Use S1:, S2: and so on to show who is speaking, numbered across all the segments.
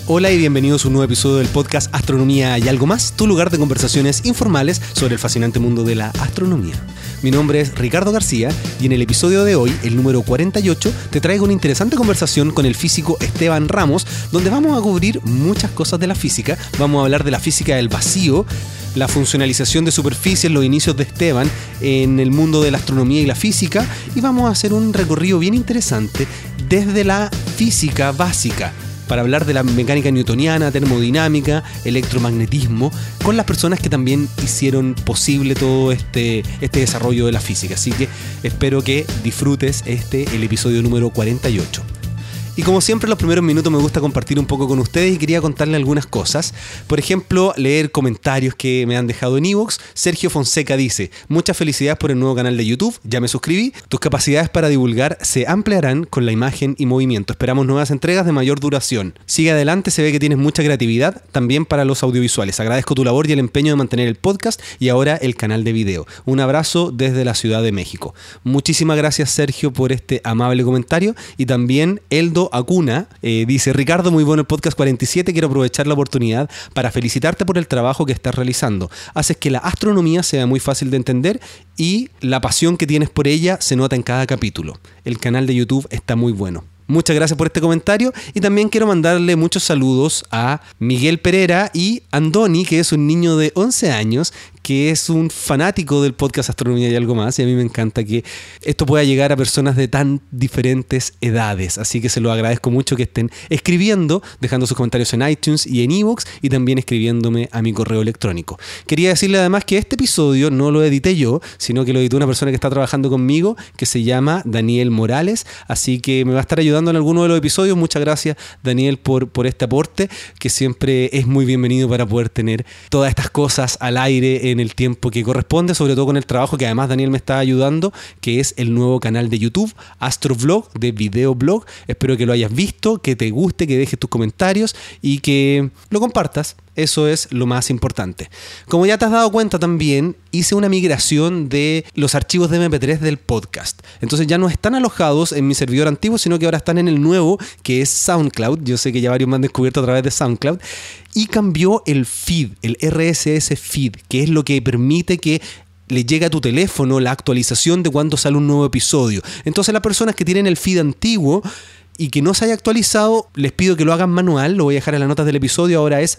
S1: Hola y bienvenidos a un nuevo episodio del podcast Astronomía y Algo Más, tu lugar de conversaciones informales sobre el fascinante mundo de la astronomía. Mi nombre es Ricardo García y en el episodio de hoy, el número 48, te traigo una interesante conversación con el físico Esteban Ramos, donde vamos a cubrir muchas cosas de la física. Vamos a hablar de la física del vacío, la funcionalización de superficies, los inicios de Esteban en el mundo de la astronomía y la física, y vamos a hacer un recorrido bien interesante desde la física básica, para hablar de la mecánica newtoniana, termodinámica, electromagnetismo, con las personas que también hicieron posible todo este desarrollo de la física. Así que espero que disfrutes el episodio número 48. Y como siempre, en los primeros minutos me gusta compartir un poco con ustedes y quería contarles algunas cosas. Por ejemplo, leer comentarios que me han dejado en iVoox. Sergio Fonseca dice: muchas felicidades por el nuevo canal de YouTube, ya me suscribí. Tus capacidades para divulgar se ampliarán con la imagen y movimiento. Esperamos nuevas entregas de mayor duración. Sigue adelante, se ve que tienes mucha creatividad también para los audiovisuales. Agradezco tu labor y el empeño de mantener el podcast y ahora el canal de video. Un abrazo desde la Ciudad de México. Muchísimas gracias, Sergio, por este amable comentario. Y también Eldo Acuna dice: Ricardo, muy bueno el podcast 47, quiero aprovechar la oportunidad para felicitarte por el trabajo que estás realizando. Haces que la astronomía sea muy fácil de entender y la pasión que tienes por ella se nota en cada capítulo. El canal de YouTube está muy bueno. Muchas gracias por este comentario y también quiero mandarle muchos saludos a Miguel Pereira y Andoni, que es un niño de 11 años que es un fanático del podcast Astronomía y Algo Más, y a mí me encanta que esto pueda llegar a personas de tan diferentes edades, así que se lo agradezco mucho que estén escribiendo, dejando sus comentarios en iTunes y en iVoox y también escribiéndome a mi correo electrónico. Quería decirle además que este episodio no lo edité yo, sino que lo editó una persona que está trabajando conmigo, que se llama Daniel Morales, así que me va a estar ayudando en alguno de los episodios. Muchas gracias, Daniel, por este aporte, que siempre es muy bienvenido para poder tener todas estas cosas al aire en el tiempo que corresponde, sobre todo con el trabajo que además Daniel me está ayudando, que es el nuevo canal de YouTube, Astrovlog, de videoblog. Espero que lo hayas visto, que te guste, que dejes tus comentarios y que lo compartas. Eso es lo más importante. Como ya te has dado cuenta también, hice una migración de los archivos de MP3 del podcast. Entonces ya no están alojados en mi servidor antiguo, sino que ahora están en el nuevo, que es SoundCloud. Yo sé que ya varios me han descubierto a través de SoundCloud. Y cambió el feed, el RSS feed, que es lo que permite que le llega a tu teléfono la actualización de cuando sale un nuevo episodio. Entonces las personas que tienen el feed antiguo y que no se haya actualizado, les pido que lo hagan manual. Lo voy a dejar en las notas del episodio. Ahora es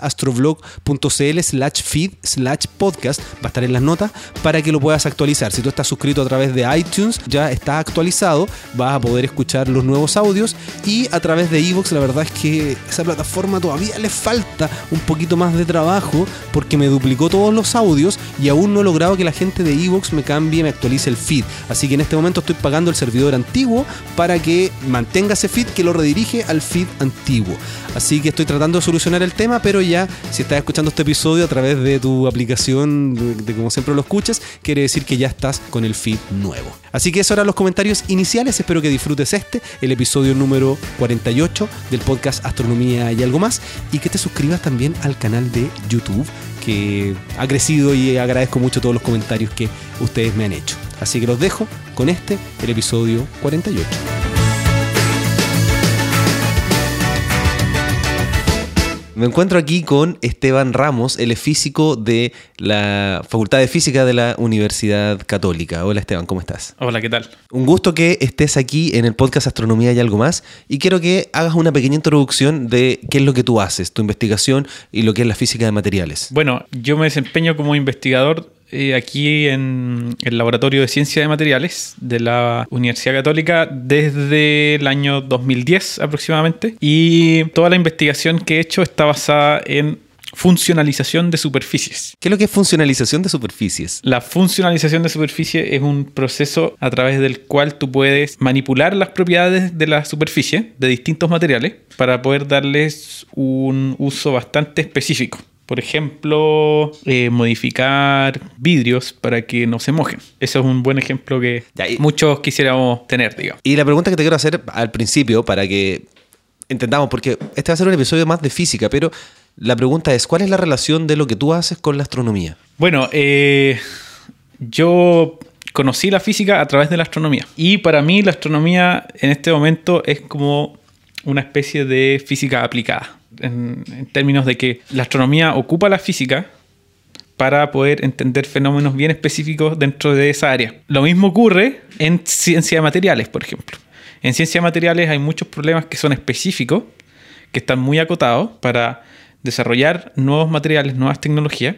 S1: astroblog.cl/feed/podcast. Va a estar en las notas para que lo puedas actualizar. Si tú estás suscrito a través de iTunes, ya está actualizado. Vas a poder escuchar los nuevos audios. Y a través de iVoox, la verdad es que esa plataforma todavía le falta un poquito más de trabajo, porque me duplicó todos los audios y aún no he logrado que la gente de iVoox me cambie, me actualice el feed. Así que en este momento estoy pagando el servidor antiguo para que mantenga ese feed, que lo redirige al feed antiguo. Así que estoy tratando de solucionar el tema, pero ya, si estás escuchando este episodio a través de tu aplicación, de como siempre lo escuchas, quiere decir que ya estás con el feed nuevo. Así que esos eran los comentarios iniciales. Espero que disfrutes el episodio número 48 del podcast Astronomía y Algo Más, y que te suscribas también al canal de YouTube, que ha crecido, y agradezco mucho todos los comentarios que ustedes me han hecho. Así que los dejo con el episodio 48. Me encuentro aquí con Esteban Ramos, él es físico de la Facultad de Física de la Universidad Católica. Hola Esteban, ¿cómo estás?
S2: Hola, ¿qué tal?
S1: Un gusto que estés aquí en el podcast Astronomía y Algo Más, y quiero que hagas una pequeña introducción de qué es lo que tú haces, tu investigación y lo que es la física de materiales.
S2: Bueno, yo me desempeño como investigador aquí en el Laboratorio de Ciencia de Materiales de la Universidad Católica desde el año 2010 aproximadamente, y toda la investigación que he hecho está basada en funcionalización de superficies.
S1: ¿Qué es lo que es funcionalización de superficies?
S2: La funcionalización de superficie es un proceso a través del cual tú puedes manipular las propiedades de la superficie de distintos materiales para poder darles un uso bastante específico. Por ejemplo, modificar vidrios para que no se mojen. Eso es un buen ejemplo que muchos quisiéramos tener, digamos.
S1: Y la pregunta que te quiero hacer al principio, para que entendamos, porque este va a ser un episodio más de física, pero la pregunta es, ¿cuál es la relación de lo que tú haces con la astronomía?
S2: Bueno, yo conocí la física a través de la astronomía. Y para mí la astronomía en este momento es como una especie de física aplicada. en términos de que la astronomía ocupa la física para poder entender fenómenos bien específicos dentro de esa área. Lo mismo ocurre en ciencia de materiales, por ejemplo. En ciencia de materiales hay muchos problemas que son específicos, que están muy acotados para desarrollar nuevos materiales, nuevas tecnologías.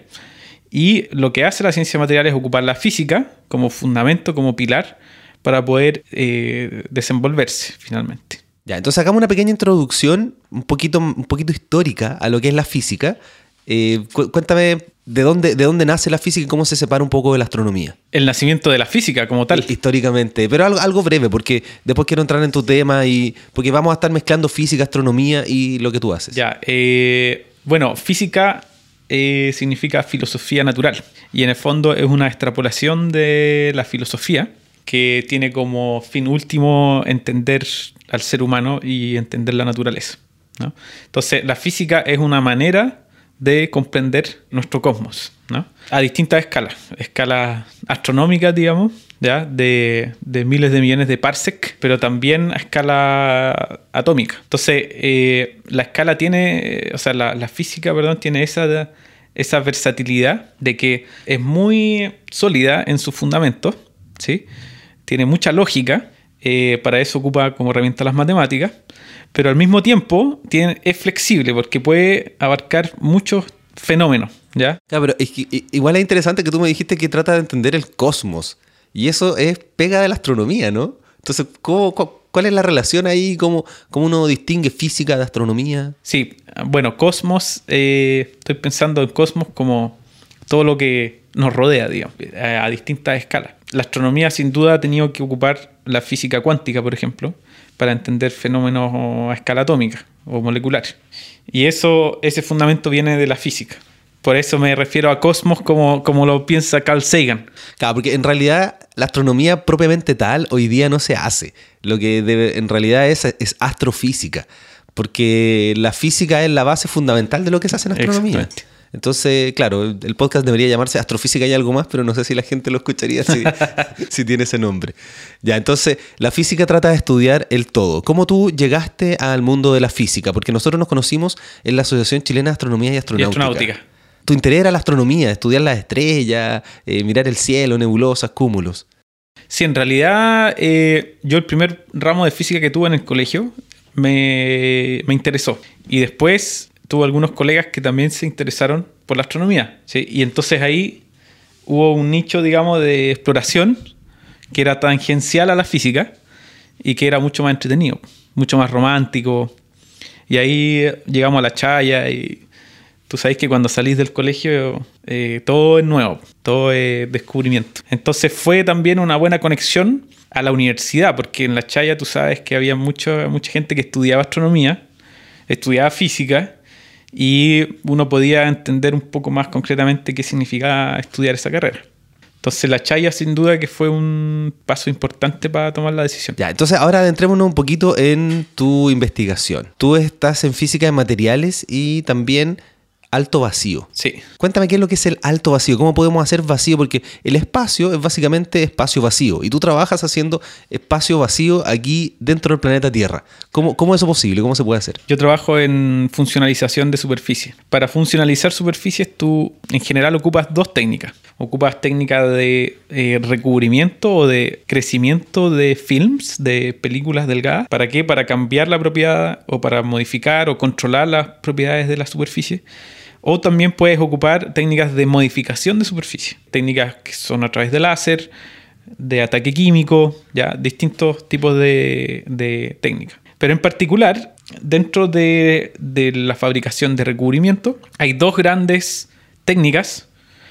S2: Y lo que hace la ciencia de materiales es ocupar la física como fundamento, como pilar, para poder desenvolverse finalmente.
S1: Ya, entonces hagamos una pequeña introducción, un poquito histórica a lo que es la física. Cuéntame de dónde nace la física y cómo se separa un poco de la astronomía.
S2: El nacimiento de la física como tal.
S1: Históricamente, pero algo breve, porque después quiero entrar en tu tema porque vamos a estar mezclando física, astronomía y lo que tú haces.
S2: Ya, bueno, física significa filosofía natural y en el fondo es una extrapolación de la filosofía que tiene como fin último entender al ser humano y entender la naturaleza, ¿no? Entonces, la física es una manera de comprender nuestro cosmos, ¿no? A distintas escalas astronómicas, digamos, ¿ya? De miles de millones de parsec, pero también a escala atómica. Entonces, la escala tiene, la física, tiene esa versatilidad de que es muy sólida en sus fundamentos, ¿sí? Tiene mucha lógica, para eso ocupa como herramienta las matemáticas, pero al mismo tiempo es flexible porque puede abarcar muchos fenómenos, ¿ya?
S1: Ya, pero es que, igual es interesante que tú me dijiste que trata de entender el cosmos, y eso es pega de la astronomía, ¿no? Entonces, ¿cuál es la relación ahí? ¿Cómo uno distingue física de astronomía?
S2: Sí, bueno, cosmos, estoy pensando en cosmos como todo lo que nos rodea, digamos, a distintas escalas. La astronomía sin duda ha tenido que ocupar la física cuántica, por ejemplo, para entender fenómenos a escala atómica o molecular. Y ese fundamento viene de la física. Por eso me refiero a cosmos como lo piensa Carl Sagan.
S1: Claro, porque en realidad la astronomía propiamente tal hoy día no se hace. Lo que en realidad es astrofísica, porque la física es la base fundamental de lo que se hace en astronomía.
S2: Exactamente.
S1: Entonces, claro, el podcast debería llamarse Astrofísica y algo más, pero no sé si la gente lo escucharía si tiene ese nombre. Ya, entonces, la física trata de estudiar el todo. ¿Cómo tú llegaste al mundo de la física? Porque nosotros nos conocimos en la Asociación Chilena de Astronomía y Astronáutica. Tu interés era la astronomía, estudiar las estrellas, mirar el cielo, nebulosas, cúmulos.
S2: Sí, en realidad, yo el primer ramo de física que tuve en el colegio me interesó. Y después tuve algunos colegas que también se interesaron por la astronomía, ¿sí? Y entonces ahí hubo un nicho, digamos, de exploración que era tangencial a la física y que era mucho más entretenido, mucho más romántico. Y ahí llegamos a la chaya y tú sabes que cuando salís del colegio todo es nuevo, todo es descubrimiento. Entonces fue también una buena conexión a la universidad, porque en la chaya tú sabes que había mucha gente que estudiaba astronomía, estudiaba física, y uno podía entender un poco más concretamente qué significaba estudiar esa carrera. Entonces la chaya sin duda que fue un paso importante para tomar la decisión.
S1: Ya, entonces ahora adentrémonos un poquito en tu investigación. Tú estás en física de materiales y también alto vacío.
S2: Sí.
S1: Cuéntame qué es lo que es el alto vacío, cómo podemos hacer vacío, porque el espacio es básicamente espacio vacío y tú trabajas haciendo espacio vacío aquí dentro del planeta Tierra. ¿Cómo es eso posible? ¿Cómo se puede hacer?
S2: Yo trabajo en funcionalización de superficie. Para funcionalizar superficies tú en general ocupas dos técnicas. Ocupas técnicas de recubrimiento o de crecimiento de films, de películas delgadas. ¿Para qué? Para cambiar la propiedad o para modificar o controlar las propiedades de la superficie. O también puedes ocupar técnicas de modificación de superficie. Técnicas que son a través de láser, de ataque químico, ya distintos tipos de técnicas. Pero en particular, dentro de la fabricación de recubrimiento, hay dos grandes técnicas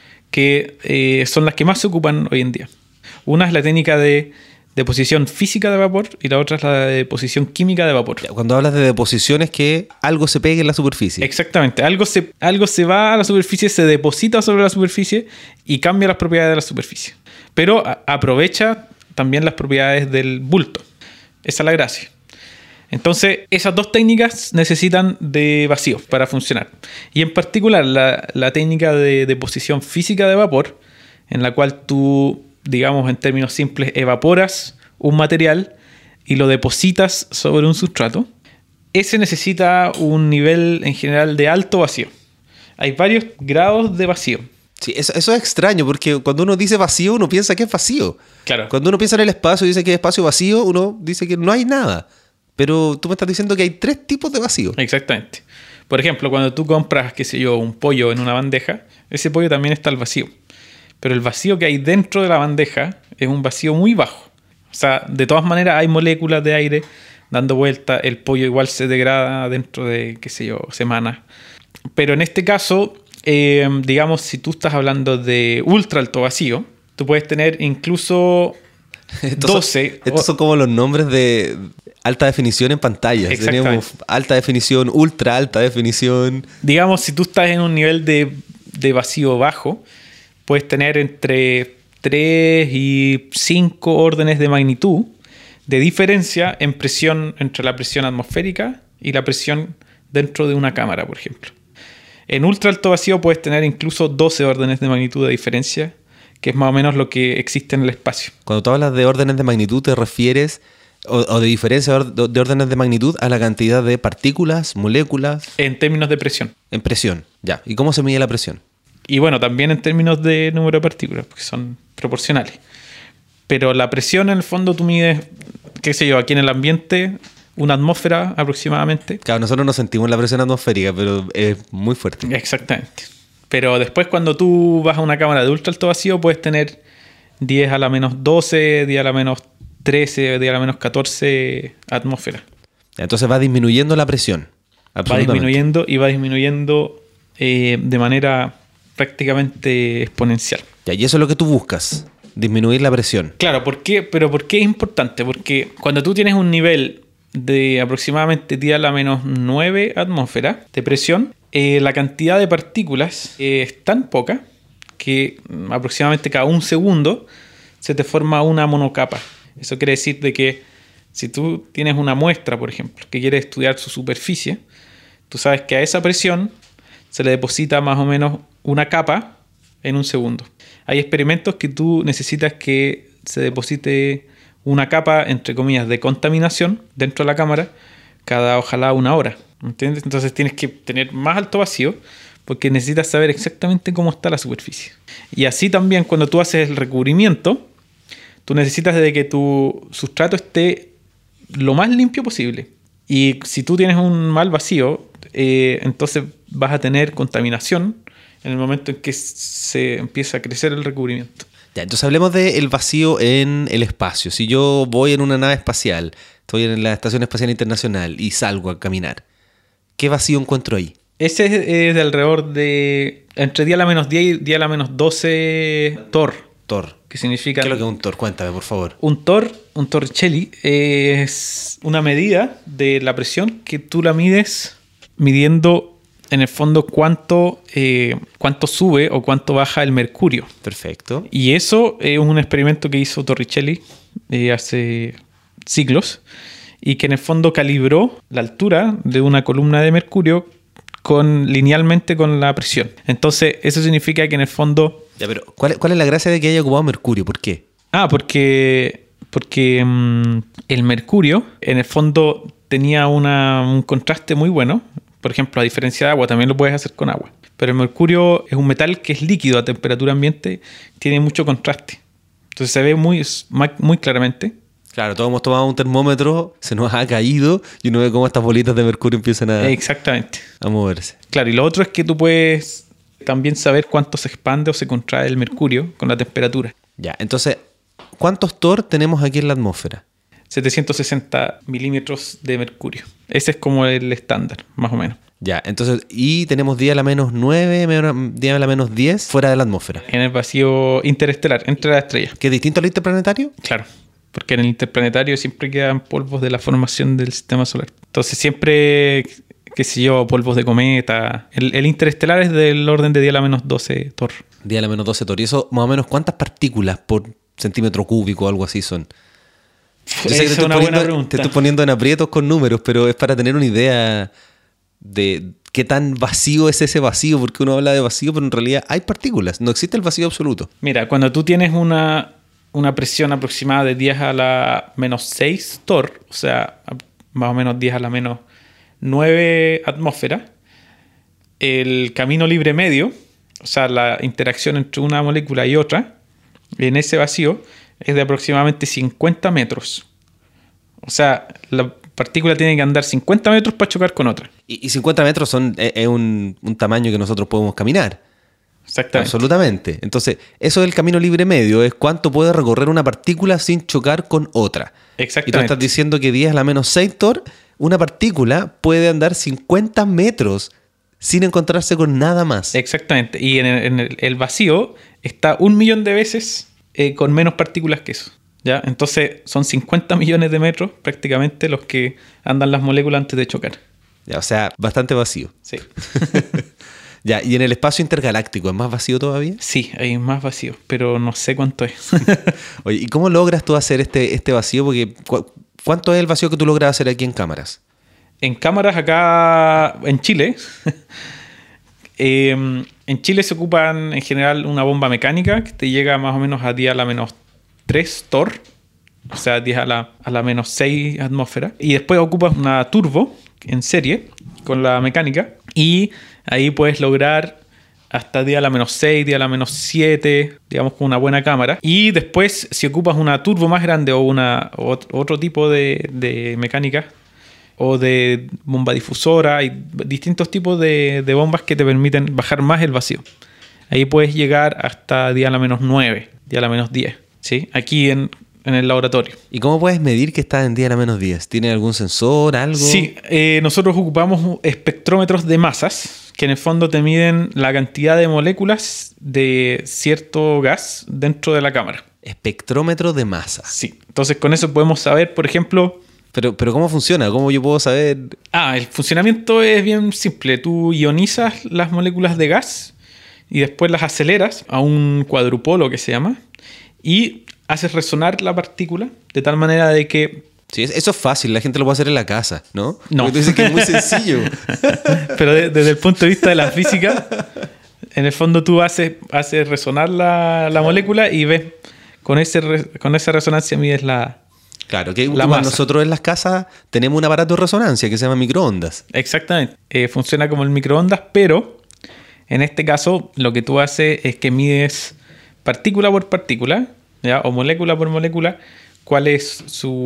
S2: que son las que más se ocupan hoy en día. Una es la técnica de deposición física de vapor y la otra es la de deposición química de vapor.
S1: Cuando hablas de deposición es que algo se pegue en la superficie.
S2: Exactamente. Algo se va a la superficie, se deposita sobre la superficie y cambia las propiedades de la superficie. Pero aprovecha también las propiedades del bulto. Esa es la gracia. Entonces, esas dos técnicas necesitan de vacío para funcionar. Y en particular, la técnica de deposición física de vapor, en la cual tú, digamos en términos simples, evaporas un material y lo depositas sobre un sustrato. ese necesita un nivel en general de alto vacío. Hay varios grados de vacío.
S1: Sí, eso es extraño, porque cuando uno dice vacío, uno piensa que es vacío.
S2: Claro.
S1: Cuando uno piensa en el espacio y dice que es espacio vacío, uno dice que no hay nada. Pero tú me estás diciendo que hay 3 tipos de vacío.
S2: Exactamente. Por ejemplo, cuando tú compras, qué sé yo, un pollo en una bandeja, ese pollo también está al vacío. Pero el vacío que hay dentro de la bandeja es un vacío muy bajo. O sea, de todas maneras hay moléculas de aire dando vuelta. El pollo igual se degrada dentro de, qué sé yo, semanas. Pero en este caso, digamos, si tú estás hablando de ultra alto vacío, tú puedes tener incluso 12.
S1: Estos son como los nombres de alta definición en pantallas. Tenemos alta definición, ultra alta definición.
S2: Digamos, si tú estás en un nivel de vacío bajo, puedes tener entre 3 y 5 órdenes de magnitud de diferencia en presión entre la presión atmosférica y la presión dentro de una cámara, por ejemplo. En ultra alto vacío puedes tener incluso 12 órdenes de magnitud de diferencia, que es más o menos lo que existe en el espacio.
S1: Cuando tú hablas de órdenes de magnitud, ¿te refieres o de diferencia de órdenes de magnitud a la cantidad de partículas, moléculas?
S2: En términos de presión.
S1: En presión, ya. ¿Y cómo se mide la presión?
S2: Y bueno, también en términos de número de partículas, porque son proporcionales. Pero la presión, en el fondo, tú mides, qué sé yo, aquí en el ambiente, una atmósfera aproximadamente.
S1: Claro, nosotros no sentimos la presión atmosférica, pero es muy fuerte.
S2: Exactamente. Pero después, cuando tú vas a una cámara de ultra alto vacío, puedes tener 10 a la menos 12, 10 a la menos 13, 10 a la menos 14 atmósferas.
S1: Entonces va disminuyendo la presión.
S2: Va disminuyendo y va disminuyendo de manera prácticamente exponencial.
S1: Ya, y eso es lo que tú buscas, disminuir la presión.
S2: Claro, ¿por qué? Pero ¿por qué es importante? Porque cuando tú tienes un nivel de aproximadamente 10 a la menos 9 atmósferas de presión, la cantidad de partículas es tan poca que aproximadamente cada un segundo se te forma una monocapa. Eso quiere decir de que si tú tienes una muestra, por ejemplo, que quieres estudiar su superficie, tú sabes que a esa presión se le deposita más o menos una capa en un segundo. Hay experimentos que tú necesitas que se deposite una capa, entre comillas, de contaminación dentro de la cámara cada, ojalá, 1 hora. ¿Entiendes? Entonces tienes que tener más alto vacío porque necesitas saber exactamente cómo está la superficie. Y así también cuando tú haces el recubrimiento, tú necesitas de que tu sustrato esté lo más limpio posible. Y si tú tienes un mal vacío, entonces vas a tener contaminación en el momento en que se empieza a crecer el recubrimiento.
S1: Ya, entonces hablemos del vacío en el espacio. Si yo voy en una nave espacial, estoy en la Estación Espacial Internacional y salgo a caminar, ¿qué vacío encuentro ahí?
S2: Ese es de alrededor de entre 10 a la menos 10 y 10 a la menos 12 torr.
S1: Torr.
S2: ¿Qué significa?
S1: ¿Qué es lo que es un torr? Cuéntame, por favor.
S2: Un torricelli, es una medida de la presión que tú la mides midiendo en el fondo cuánto sube o cuánto baja el mercurio.
S1: Perfecto.
S2: Y eso es un experimento que hizo Torricelli hace siglos y que en el fondo calibró la altura de una columna de mercurio linealmente con la presión. Entonces eso significa que en el fondo...
S1: Ya, pero ¿cuál es la gracia de que haya ocupado mercurio? ¿Por qué?
S2: Porque el mercurio en el fondo tenía un contraste muy bueno. Por ejemplo, a diferencia de agua, también lo puedes hacer con agua. Pero el mercurio es un metal que es líquido a temperatura ambiente, tiene mucho contraste. Entonces se ve muy claramente.
S1: Claro, todos hemos tomado un termómetro, se nos ha caído y uno ve cómo estas bolitas de mercurio empiezan
S2: Exactamente.
S1: a moverse.
S2: Claro, y lo otro es que tú puedes también saber cuánto se expande o se contrae el mercurio con la temperatura.
S1: Ya, entonces, ¿cuántos torr tenemos aquí en la atmósfera?
S2: 760 milímetros de mercurio. Ese es como el estándar, más o menos.
S1: Ya, entonces, y tenemos 10 a la menos 9, 10 a la menos 10 fuera de la atmósfera.
S2: En el vacío interestelar, entre las estrellas.
S1: ¿Que es distinto al interplanetario?
S2: Claro, porque en el interplanetario siempre quedan polvos de la formación del sistema solar. Entonces siempre, qué sé yo, polvos de cometa. El interestelar es del orden de 10 a la menos 12 torr.
S1: 10 a la menos 12 torr. ¿Y eso más o menos cuántas partículas por centímetro cúbico o algo así son? Yo sé que
S2: es una buena pregunta.
S1: Te estoy poniendo en aprietos con números, pero es para tener una idea de qué tan vacío es ese vacío, porque uno habla de vacío, pero en realidad hay partículas, no existe el vacío absoluto.
S2: Mira, cuando tú tienes una presión aproximada de 10 a la menos 6 torr, o sea, más o menos 10 a la menos 9 atmósferas. El camino libre medio, o sea, la interacción entre una molécula y otra, en ese vacío, es de aproximadamente 50 metros. O sea, la partícula tiene que andar 50 metros para chocar con otra.
S1: Y 50 metros es un tamaño que nosotros podemos caminar.
S2: Exactamente.
S1: Absolutamente. Entonces, eso del camino libre medio es cuánto puede recorrer una partícula sin chocar con otra.
S2: Exactamente.
S1: Y tú estás diciendo que 10 a la menos 6 Thor, una partícula puede andar 50 metros sin encontrarse con nada más.
S2: Exactamente. Y en el vacío está 1 millón de veces con menos partículas que eso. ¿Ya? Entonces son 50 millones de metros prácticamente los que andan las moléculas antes de chocar.
S1: Ya, o sea, bastante vacío.
S2: Sí.
S1: Ya, ¿y en el espacio intergaláctico es más vacío todavía?
S2: Sí, hay más vacío, pero no sé cuánto es.
S1: Oye, ¿y cómo logras tú hacer este vacío? Porque ¿cuánto es el vacío que tú logras hacer aquí en cámaras?
S2: En cámaras acá en Chile, en Chile se ocupan en general una bomba mecánica que te llega más o menos a 10 a la menos 3 Thor, o sea, 10 a la menos 6 atmósfera. Y después ocupas una turbo en serie con la mecánica y ahí puedes lograr hasta 10 a la menos 6, 10 a la menos 7, digamos con una buena cámara. Y después, si ocupas una turbo más grande o otro tipo de mecánica o de bomba difusora, hay distintos tipos de bombas que te permiten bajar más el vacío. Ahí puedes llegar hasta 10 a la menos 9, 10 a la menos 10, ¿sí? Aquí en el laboratorio.
S1: ¿Y cómo puedes medir que estás en 10 a la menos 10? ¿Tiene algún sensor, algo?
S2: Sí, nosotros ocupamos espectrómetros de masas que en el fondo te miden la cantidad de moléculas de cierto gas dentro de la cámara.
S1: Espectrómetro de masa.
S2: Sí, entonces con eso podemos saber, por ejemplo...
S1: Pero ¿cómo funciona? ¿Cómo yo puedo saber?
S2: El funcionamiento es bien simple. Tú ionizas las moléculas de gas y después las aceleras a un cuadrupolo que se llama y haces resonar la partícula de tal manera de que...
S1: Sí, eso es fácil, la gente lo puede hacer en la casa, ¿no?
S2: No.
S1: Porque tú dices que es muy sencillo.
S2: Pero desde el punto de vista de la física, en el fondo tú haces resonar la molécula y ves, con esa resonancia mides la...
S1: Claro, que
S2: la
S1: igual
S2: masa.
S1: Nosotros en las casas tenemos un aparato de resonancia que se llama microondas.
S2: Exactamente. Funciona como el microondas, pero en este caso lo que tú haces es que mides partícula por partícula, ¿ya? O molécula por molécula, cuál es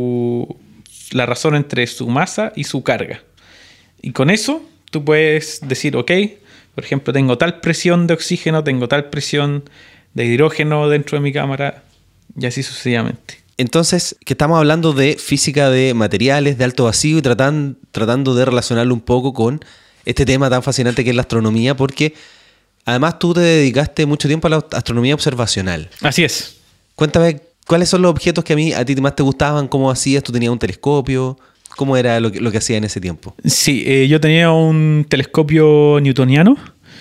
S2: la razón entre su masa y su carga. Y con eso tú puedes decir, ok, por ejemplo, tengo tal presión de oxígeno, tengo tal presión de hidrógeno dentro de mi cámara, y así sucesivamente.
S1: Entonces, que estamos hablando de física de materiales, de alto vacío y tratando de relacionarlo un poco con este tema tan fascinante que es la astronomía, porque además tú te dedicaste mucho tiempo a la astronomía observacional.
S2: Así es.
S1: Cuéntame, ¿cuáles son los objetos que a ti más te gustaban? ¿Cómo hacías? ¿Tú tenías un telescopio? ¿Cómo era lo que hacías en ese tiempo?
S2: Sí, yo tenía un telescopio newtoniano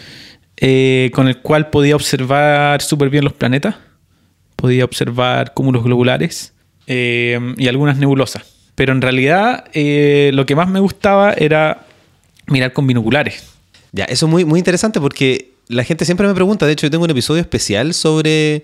S2: con el cual podía observar súper bien los planetas. Podía observar cúmulos globulares y algunas nebulosas. Pero en realidad lo que más me gustaba era mirar con binoculares.
S1: Ya, eso es muy, muy interesante porque la gente siempre me pregunta. De hecho, yo tengo un episodio especial sobre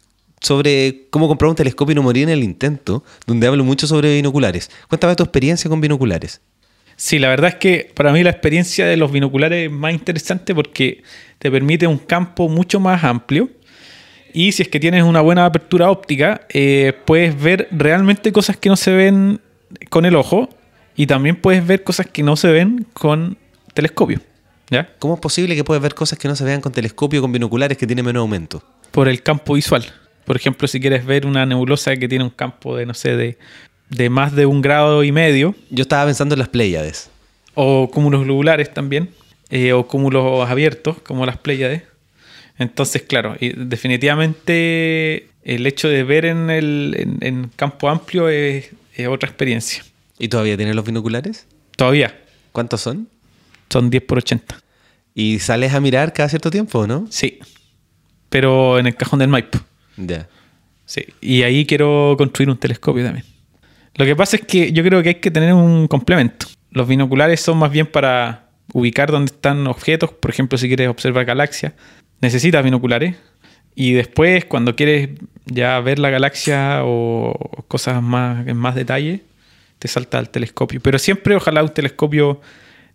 S1: cómo comprar un telescopio y no morir en el intento, donde hablo mucho sobre binoculares. Cuéntame tu experiencia con binoculares.
S2: Sí, la verdad es que para mí la experiencia de los binoculares es más interesante porque te permite un campo mucho más amplio. Y si es que tienes una buena apertura óptica, puedes ver realmente cosas que no se ven con el ojo y también puedes ver cosas que no se ven con telescopio, ¿ya?
S1: ¿Cómo es posible que puedas ver cosas que no se vean con telescopio, con binoculares que tienen menos aumento?
S2: Por el campo visual. Por ejemplo, si quieres ver una nebulosa que tiene un campo de, no sé, de más de 1,5 grados.
S1: Yo estaba pensando en las Pléyades.
S2: O cúmulos globulares también. O cúmulos abiertos, como las Pléyades. Entonces, claro, y definitivamente el hecho de ver en campo amplio es otra experiencia.
S1: ¿Y todavía tienes los binoculares?
S2: Todavía.
S1: ¿Cuántos son?
S2: Son 10x80.
S1: ¿Y sales a mirar cada cierto tiempo, no?
S2: Sí. Pero en el cajón del Maipo.
S1: Ya.
S2: Sí. Y ahí quiero construir un telescopio también. Lo que pasa es que yo creo que hay que tener un complemento. Los binoculares son más bien para ubicar dónde están objetos. Por ejemplo, si quieres observar galaxias, necesitas binoculares. Y después, cuando quieres ya ver la galaxia o cosas en más detalle, te salta al telescopio. Pero siempre, ojalá, un telescopio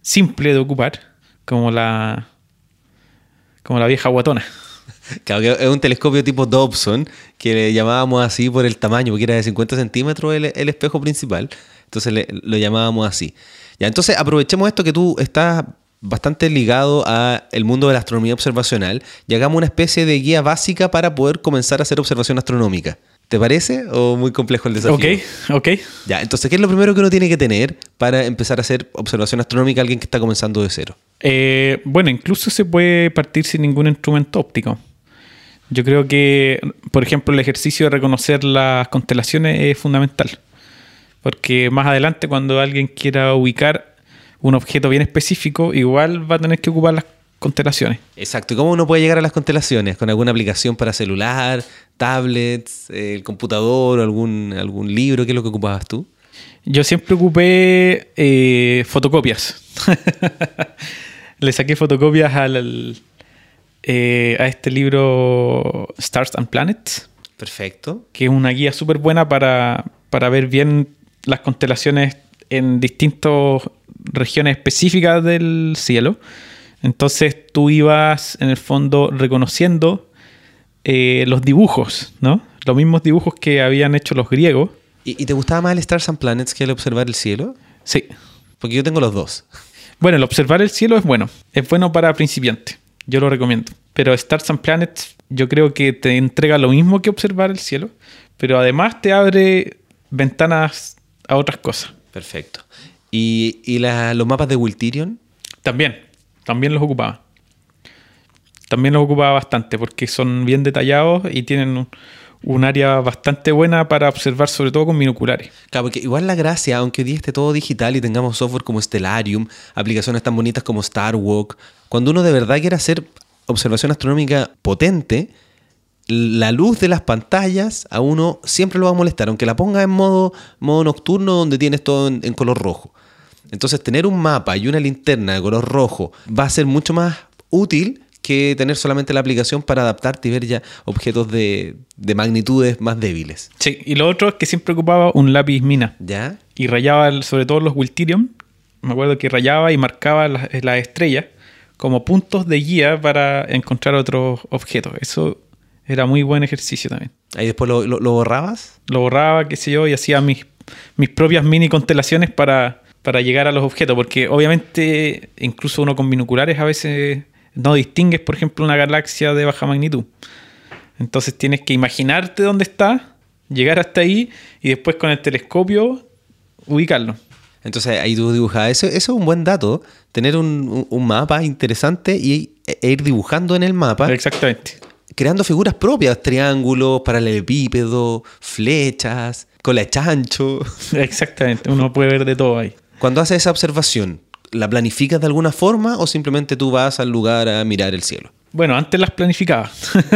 S2: simple de ocupar, como la vieja guatona.
S1: Claro, que es un telescopio tipo Dobson, que le llamábamos así por el tamaño, porque era de 50 centímetros el espejo principal. Entonces lo llamábamos así. Ya, entonces aprovechemos esto que tú estás bastante ligado al mundo de la astronomía observacional y hagamos una especie de guía básica para poder comenzar a hacer observación astronómica. ¿Te parece? ¿O muy complejo el desafío?
S2: Ok.
S1: Ya, entonces, ¿qué es lo primero que uno tiene que tener para empezar a hacer observación astronómica a alguien que está comenzando de cero?
S2: Bueno, incluso se puede partir sin ningún instrumento óptico. Yo creo que, por ejemplo, el ejercicio de reconocer las constelaciones es fundamental. Porque más adelante, cuando alguien quiera ubicar un objeto bien específico, igual va a tener que ocupar las constelaciones.
S1: Exacto. ¿Y cómo uno puede llegar a las constelaciones? ¿Con alguna aplicación para celular, tablets, el computador, o algún libro? ¿Qué es lo que ocupabas tú?
S2: Yo siempre ocupé fotocopias. Le saqué fotocopias a este libro Stars and Planets.
S1: Perfecto.
S2: Que es una guía súper buena para ver bien las constelaciones en distintas regiones específicas del cielo. Entonces tú ibas, en el fondo, reconociendo los dibujos, ¿no? Los mismos dibujos que habían hecho los griegos.
S1: ¿Y te gustaba más el Stars and Planets que el observar el cielo?
S2: Sí.
S1: Porque yo tengo los dos.
S2: Bueno, el observar el cielo es bueno. Es bueno para principiantes. Yo lo recomiendo. Pero Stars and Planets yo creo que te entrega lo mismo que observar el cielo, pero además te abre ventanas a otras cosas.
S1: Perfecto. ¿Y los mapas de Wiltirion?
S2: También los ocupaba. También los ocupaba bastante porque son bien detallados y tienen un área bastante buena para observar, sobre todo con binoculares.
S1: Claro, porque igual la gracia, aunque hoy día esté todo digital y tengamos software como Stellarium, aplicaciones tan bonitas como StarWalk, cuando uno de verdad quiere hacer observación astronómica potente, la luz de las pantallas a uno siempre lo va a molestar, aunque la ponga en modo nocturno donde tienes todo en color rojo. Entonces tener un mapa y una linterna de color rojo va a ser mucho más útil que tener solamente la aplicación para adaptarte y ver ya objetos de magnitudes más débiles.
S2: Sí, y lo otro es que siempre ocupaba un lápiz mina.
S1: ¿Ya?
S2: Y rayaba, sobre todo los Wiltirion, me acuerdo que rayaba y marcaba las estrellas como puntos de guía para encontrar otros objetos. Eso era muy buen ejercicio también.
S1: ¿Ahí después lo borrabas?
S2: Lo borraba, qué sé yo, y hacía mis propias mini constelaciones para llegar a los objetos, porque obviamente incluso uno con binoculares a veces no distingues, por ejemplo, una galaxia de baja magnitud. Entonces tienes que imaginarte dónde está, llegar hasta ahí y después con el telescopio ubicarlo.
S1: Entonces ahí tú dibujabas. Eso es un buen dato, tener un mapa interesante e ir dibujando en el mapa.
S2: Exactamente.
S1: Creando figuras propias, triángulos, paralelepípedos, flechas, cola de chancho.
S2: Exactamente, uno puede ver de todo ahí.
S1: Cuando haces esa observación, ¿la planificas de alguna forma o simplemente tú vas al lugar a mirar el cielo?
S2: Bueno, antes las planificaba.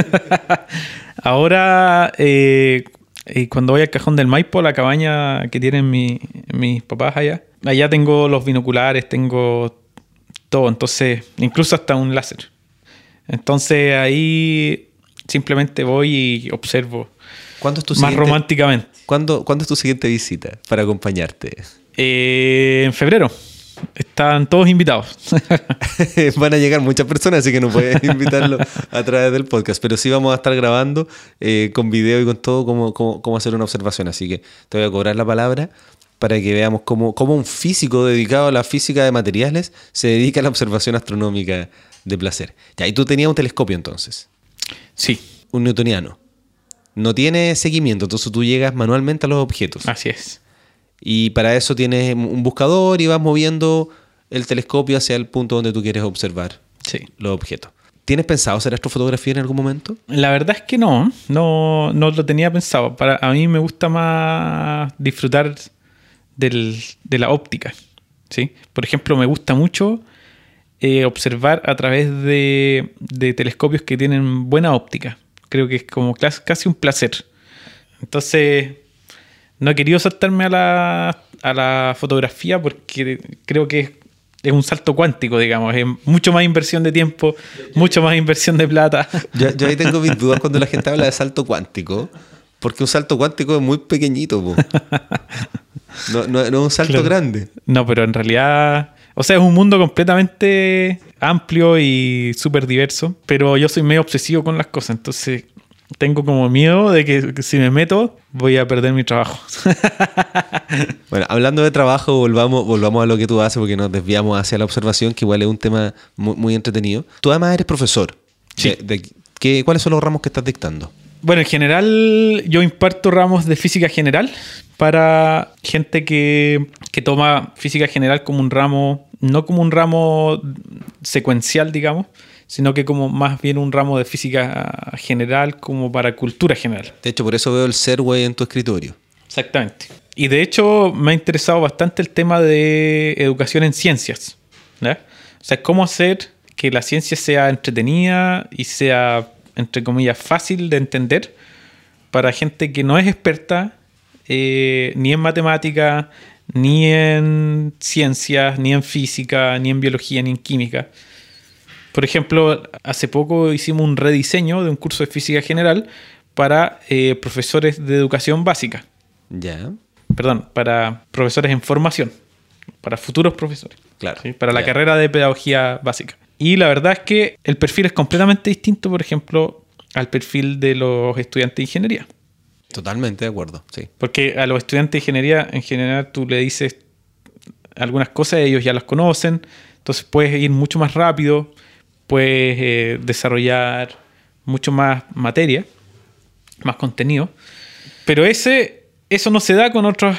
S2: Ahora, cuando voy al Cajón del Maipo, la cabaña que tienen mis papás allá tengo los binoculares, tengo todo, entonces, incluso hasta un láser. Entonces ahí simplemente voy y observo.
S1: ¿Cuándo es tu
S2: más románticamente?
S1: ¿Cuándo es tu siguiente visita para acompañarte?
S2: En febrero. Están todos invitados.
S1: Van a llegar muchas personas, así que no puedes invitarlos a través del podcast. Pero sí vamos a estar grabando con video y con todo cómo hacer una observación. Así que te voy a cobrar la palabra para que veamos cómo un físico dedicado a la física de materiales se dedica a la observación astronómica de placer. Ya, y tú tenías un telescopio entonces.
S2: Sí.
S1: Un newtoniano. No tiene seguimiento, entonces tú llegas manualmente a los objetos.
S2: Así es.
S1: Y para eso tienes un buscador y vas moviendo el telescopio hacia el punto donde tú quieres observar los objetos. ¿Tienes pensado hacer astrofotografía en algún momento?
S2: La verdad es que no lo tenía pensado. A mí me gusta más disfrutar de la óptica, ¿sí? Por ejemplo, me gusta mucho observar a través de telescopios que tienen buena óptica. Creo que es como casi un placer. Entonces, no he querido saltarme a la fotografía porque creo que es un salto cuántico, digamos. Es mucho más inversión de tiempo, mucho más inversión de plata.
S1: Yo ahí tengo mis dudas cuando la gente habla de salto cuántico, porque un salto cuántico es muy pequeñito, po. No es un salto grande.
S2: No, pero en realidad O sea, es un mundo completamente amplio y súper diverso, pero yo soy medio obsesivo con las cosas, entonces tengo como miedo de que si me meto voy a perder mi trabajo.
S1: Bueno, hablando de trabajo, volvamos a lo que tú haces porque nos desviamos hacia la observación, que igual es un tema muy entretenido. Tú además eres profesor.
S2: Sí.
S1: ¿Cuáles son los ramos que estás dictando?
S2: Bueno, en general yo imparto ramos de física general para gente que toma física general como un ramo, no como un ramo secuencial, digamos, sino que como más bien un ramo de física general como para cultura general.
S1: De hecho, por eso veo el Serway en tu escritorio.
S2: Exactamente. Y de hecho me ha interesado bastante el tema de educación en ciencias, ¿ya? O sea, cómo hacer que la ciencia sea entretenida y sea, entre comillas, fácil de entender para gente que no es experta ni en matemática, ni en ciencias, ni en física, ni en biología, ni en química. Por ejemplo, hace poco hicimos un rediseño de un curso de física general para profesores de educación básica.
S1: Ya.
S2: Perdón, para profesores en formación, para futuros profesores.
S1: Claro.
S2: ¿Sí? Para la carrera de pedagogía básica. Y la verdad es que el perfil es completamente distinto, por ejemplo, al perfil de los estudiantes de ingeniería.
S1: Totalmente de acuerdo, sí.
S2: Porque a los estudiantes de ingeniería, en general, tú le dices algunas cosas, ellos ya las conocen, entonces puedes ir mucho más rápido, puedes desarrollar mucho más materia, más contenido. Pero eso no se da con otra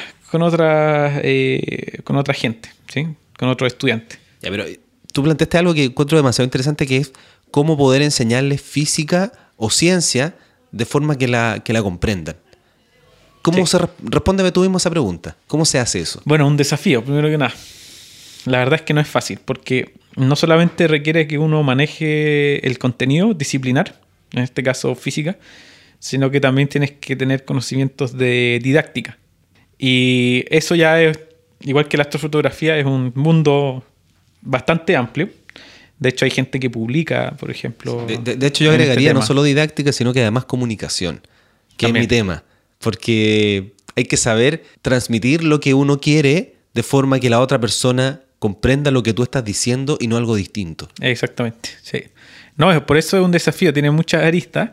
S2: gente, ¿sí? Con otros estudiantes.
S1: Ya, pero tú planteaste algo que encuentro demasiado interesante, que es cómo poder enseñarles física o ciencia de forma que la comprendan. ¿Cómo respóndeme tú mismo esa pregunta? ¿Cómo se hace eso?
S2: Bueno, un desafío, primero que nada. La verdad es que no es fácil, porque no solamente requiere que uno maneje el contenido disciplinar, en este caso física, sino que también tienes que tener conocimientos de didáctica. Y eso ya es, igual que la astrofotografía, es un mundo bastante amplio. De hecho, hay gente que publica, por ejemplo...
S1: De hecho, yo agregaría no solo didáctica, sino que además comunicación, que también es mi tema. Porque hay que saber transmitir lo que uno quiere de forma que la otra persona comprenda lo que tú estás diciendo y no algo distinto.
S2: Exactamente, sí. No, por eso es un desafío, tiene muchas aristas.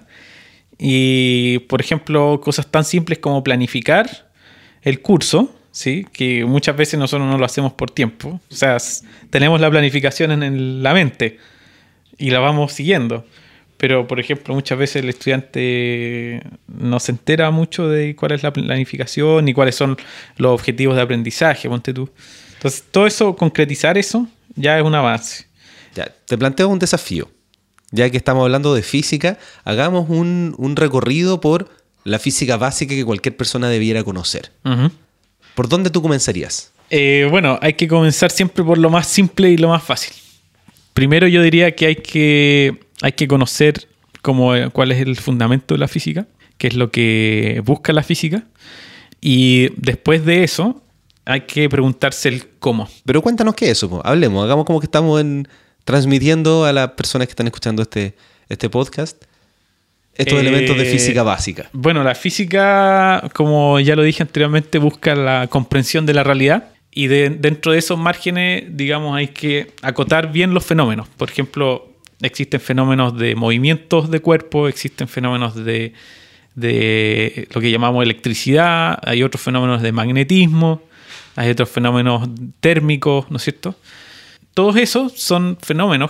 S2: Y, por ejemplo, cosas tan simples como planificar el curso, ¿sí? Que muchas veces nosotros no lo hacemos por tiempo. O sea, tenemos la planificación en la mente y la vamos siguiendo. Pero, por ejemplo, muchas veces el estudiante no se entera mucho de cuál es la planificación ni cuáles son los objetivos de aprendizaje, ponte tú. Entonces, todo eso, concretizar eso, ya es un avance.
S1: Ya, te planteo un desafío. Ya que estamos hablando de física, hagamos un recorrido por la física básica que cualquier persona debiera conocer. Uh-huh. ¿Por dónde tú comenzarías?
S2: Bueno, hay que comenzar siempre por lo más simple y lo más fácil. Primero yo diría que hay que conocer cuál es el fundamento de la física, qué es lo que busca la física, y después de eso hay que preguntarse el cómo.
S1: Pero cuéntanos qué es eso, hablemos, hagamos como que estamos transmitiendo a las personas que están escuchando este podcast estos elementos de física básica.
S2: Bueno, la física, como ya lo dije anteriormente, busca la comprensión de la realidad. Y dentro de esos márgenes, digamos, hay que acotar bien los fenómenos. Por ejemplo, existen fenómenos de movimientos de cuerpo, existen fenómenos de lo que llamamos electricidad, hay otros fenómenos de magnetismo, hay otros fenómenos térmicos, ¿no es cierto? Todos esos son fenómenos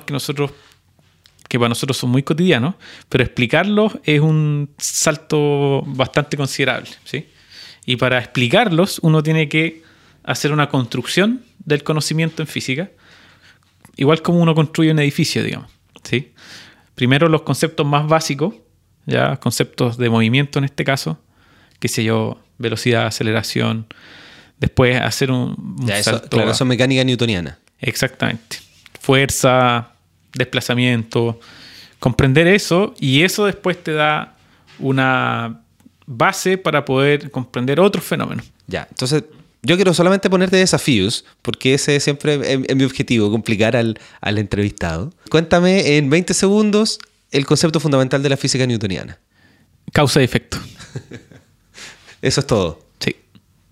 S2: que para nosotros son muy cotidianos, pero explicarlos es un salto bastante considerable, ¿sí? Y para explicarlos uno tiene que hacer una construcción del conocimiento en física, igual como uno construye un edificio, digamos, ¿sí? Primero los conceptos más básicos, ya conceptos de movimiento en este caso, qué sé yo, velocidad, aceleración, después hacer un salto.
S1: Claro, eso es mecánica newtoniana.
S2: Exactamente. Fuerza, desplazamiento, comprender eso, y eso después te da una base para poder comprender otros fenómenos.
S1: Ya, entonces yo quiero solamente ponerte desafíos, porque ese siempre es mi objetivo, complicar al entrevistado. Cuéntame en 20 segundos el concepto fundamental de la física newtoniana.
S2: Causa y efecto.
S1: Eso es todo.
S2: Sí.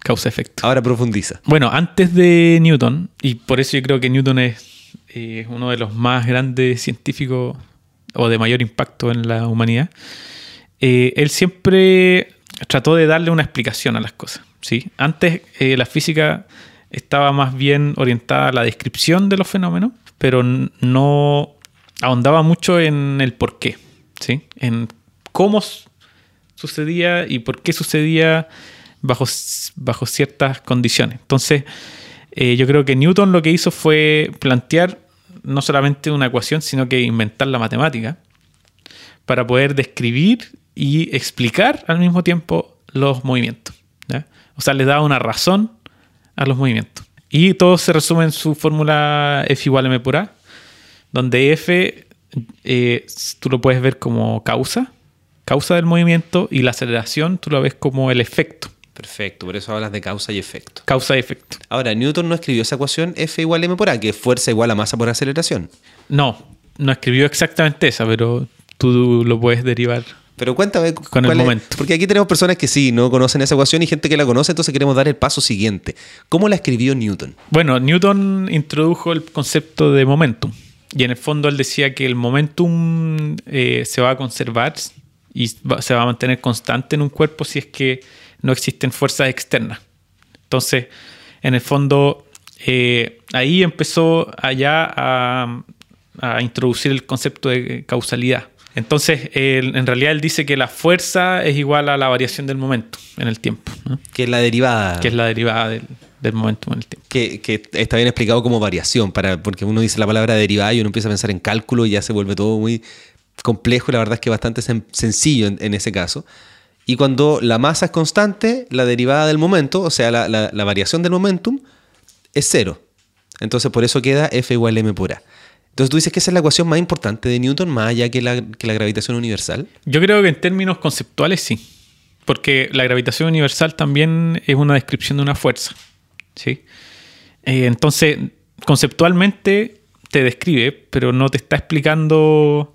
S2: causa-efecto.
S1: Ahora profundiza.
S2: Bueno, antes de Newton, y por eso yo creo que Newton es uno de los más grandes científicos o de mayor impacto en la humanidad, él siempre trató de darle una explicación a las cosas, ¿sí? Antes la física estaba más bien orientada a la descripción de los fenómenos, pero no ahondaba mucho en el por qué, ¿sí? En cómo sucedía y por qué sucedía bajo ciertas condiciones. Entonces, yo creo que Newton lo que hizo fue plantear no solamente una ecuación, sino que inventar la matemática para poder describir y explicar al mismo tiempo los movimientos, ¿ya? O sea, le daba una razón a los movimientos. Y todo se resume en su fórmula F igual a m por a, donde F tú lo puedes ver como causa del movimiento, y la aceleración tú lo ves como el efecto.
S1: Perfecto, por eso hablas de causa y efecto.
S2: Causa y efecto.
S1: Ahora, Newton no escribió esa ecuación F igual a m por a, que es fuerza igual a masa por aceleración.
S2: No escribió exactamente esa, pero tú lo puedes derivar.
S1: Pero cuéntame
S2: con el momento.
S1: Porque aquí tenemos personas que sí, no conocen esa ecuación y gente que la conoce, entonces queremos dar el paso siguiente. ¿Cómo la escribió Newton?
S2: Bueno, Newton introdujo el concepto de momentum. Y en el fondo él decía que el momentum se va a conservar y se va a mantener constante en un cuerpo si es que no existen fuerzas externas. Entonces, en el fondo, ahí empezó allá a introducir el concepto de causalidad. Entonces, en realidad él dice que la fuerza es igual a la variación del momento en el tiempo, ¿no?
S1: Que es la derivada.
S2: Que es la derivada del momento en el tiempo.
S1: Que está bien explicado como variación, porque uno dice la palabra derivada y uno empieza a pensar en cálculo y ya se vuelve todo muy complejo, y la verdad es que bastante sencillo en ese caso. Y cuando la masa es constante, la derivada del momento, o sea, la variación del momentum, es cero. Entonces por eso queda F igual a m por a. Entonces tú dices que esa es la ecuación más importante de Newton, más allá que la gravitación universal.
S2: Yo creo que en términos conceptuales sí, porque la gravitación universal también es una descripción de una fuerza, ¿sí? Entonces, conceptualmente te describe, pero no te está explicando,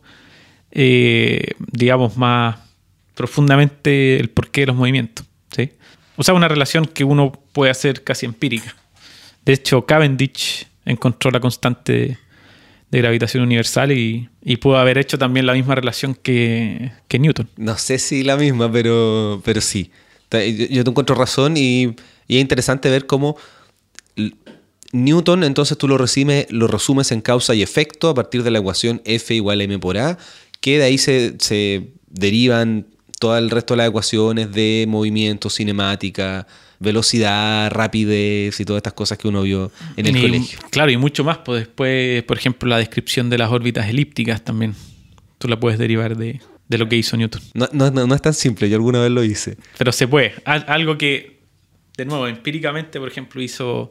S2: digamos, más profundamente el porqué de los movimientos, ¿sí? O sea, una relación que uno puede hacer casi empírica. De hecho, Cavendish encontró la constante de gravitación universal y pudo haber hecho también la misma relación que Newton.
S1: No sé si la misma, pero sí. Yo te encuentro razón y es interesante ver cómo Newton, entonces tú lo resumes en causa y efecto a partir de la ecuación F igual a m por a, que de ahí se derivan todo el resto de las ecuaciones de movimiento, cinemática, velocidad, rapidez y todas estas cosas que uno vio en el colegio.
S2: Claro, y mucho más. Pues después, por ejemplo, la descripción de las órbitas elípticas también. Tú la puedes derivar de lo que hizo Newton.
S1: No es tan simple, yo alguna vez lo hice.
S2: Pero se puede. Algo que, de nuevo, empíricamente, por ejemplo, hizo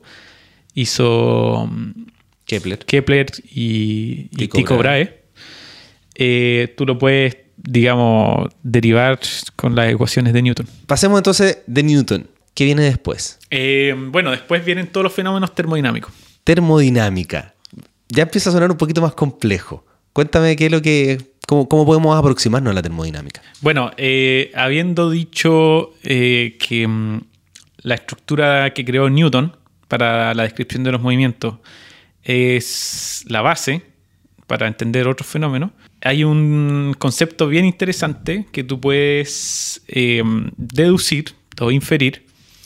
S2: Kepler y Tycho Brahe. Tú lo puedes, digamos, derivar con las ecuaciones de Newton.
S1: Pasemos entonces de Newton. ¿Qué viene después?
S2: Bueno, después vienen todos los fenómenos termodinámicos.
S1: Termodinámica. Ya empieza a sonar un poquito más complejo. Cuéntame cómo podemos aproximarnos a la termodinámica.
S2: Bueno, habiendo dicho que la estructura que creó Newton para la descripción de los movimientos es la base para entender otros fenómenos, hay un concepto bien interesante que tú puedes deducir o inferir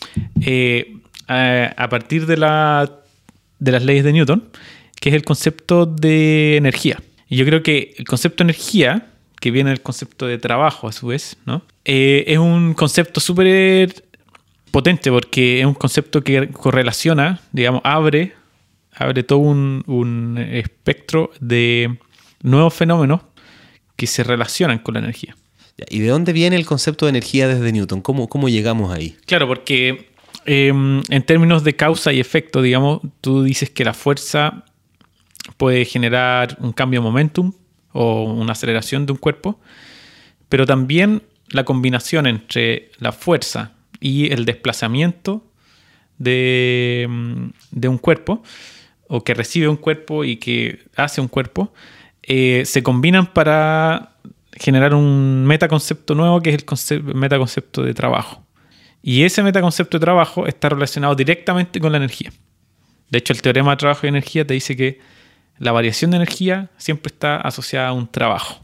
S2: a partir de las leyes de Newton, que es el concepto de energía. Y yo creo que el concepto de energía, que viene del concepto de trabajo a su vez, ¿no? Es un concepto súper potente porque es un concepto que correlaciona, digamos, abre todo un espectro de nuevos fenómenos que se relacionan con la energía.
S1: ¿Y de dónde viene el concepto de energía desde Newton? ¿Cómo llegamos ahí?
S2: Claro, porque en términos de causa y efecto, digamos, tú dices que la fuerza puede generar un cambio de momentum o una aceleración de un cuerpo, pero también la combinación entre la fuerza y el desplazamiento de un cuerpo, o que recibe un cuerpo y que hace un cuerpo, se combinan para generar un metaconcepto nuevo, que es el metaconcepto de trabajo. Y ese metaconcepto de trabajo está relacionado directamente con la energía. De hecho, el teorema de trabajo y energía te dice que la variación de energía siempre está asociada a un trabajo.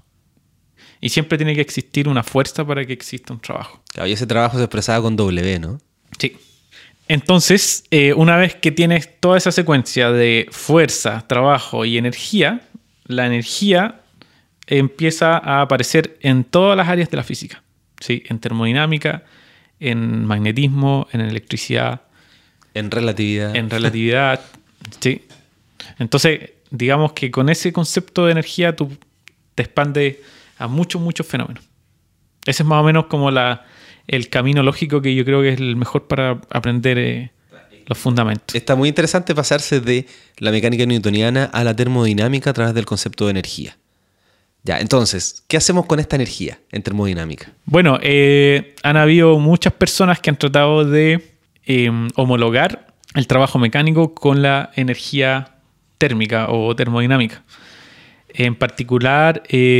S2: Y siempre tiene que existir una fuerza para que exista un trabajo.
S1: Claro, y ese trabajo se expresaba con W, ¿no?
S2: Sí. Entonces, una vez que tienes toda esa secuencia de fuerza, trabajo y energía, la energía empieza a aparecer en todas las áreas de la física. ¿Sí? En termodinámica, en magnetismo, en electricidad.
S1: En relatividad.
S2: En relatividad, sí. Entonces, digamos que con ese concepto de energía tú te expandes a muchos fenómenos. Ese es más o menos como el camino lógico que yo creo que es el mejor para aprender los fundamentos.
S1: Está muy interesante pasarse de la mecánica newtoniana a la termodinámica a través del concepto de energía. Ya, entonces, ¿qué hacemos con esta energía en termodinámica?
S2: Bueno, han habido muchas personas que han tratado de homologar el trabajo mecánico con la energía térmica o termodinámica. En particular,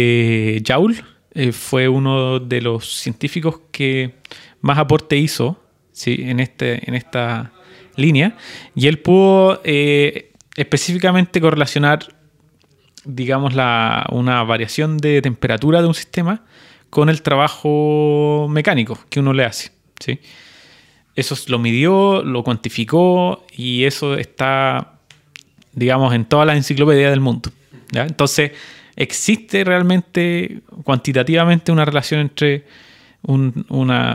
S2: Joule fue uno de los científicos que más aporte hizo, ¿sí? en esta línea, y él pudo específicamente correlacionar, digamos, una variación de temperatura de un sistema con el trabajo mecánico que uno le hace, ¿sí? Eso lo midió, lo cuantificó y eso está, digamos, en toda la enciclopedia del mundo, ¿ya? Entonces, existe realmente, cuantitativamente, una relación entre un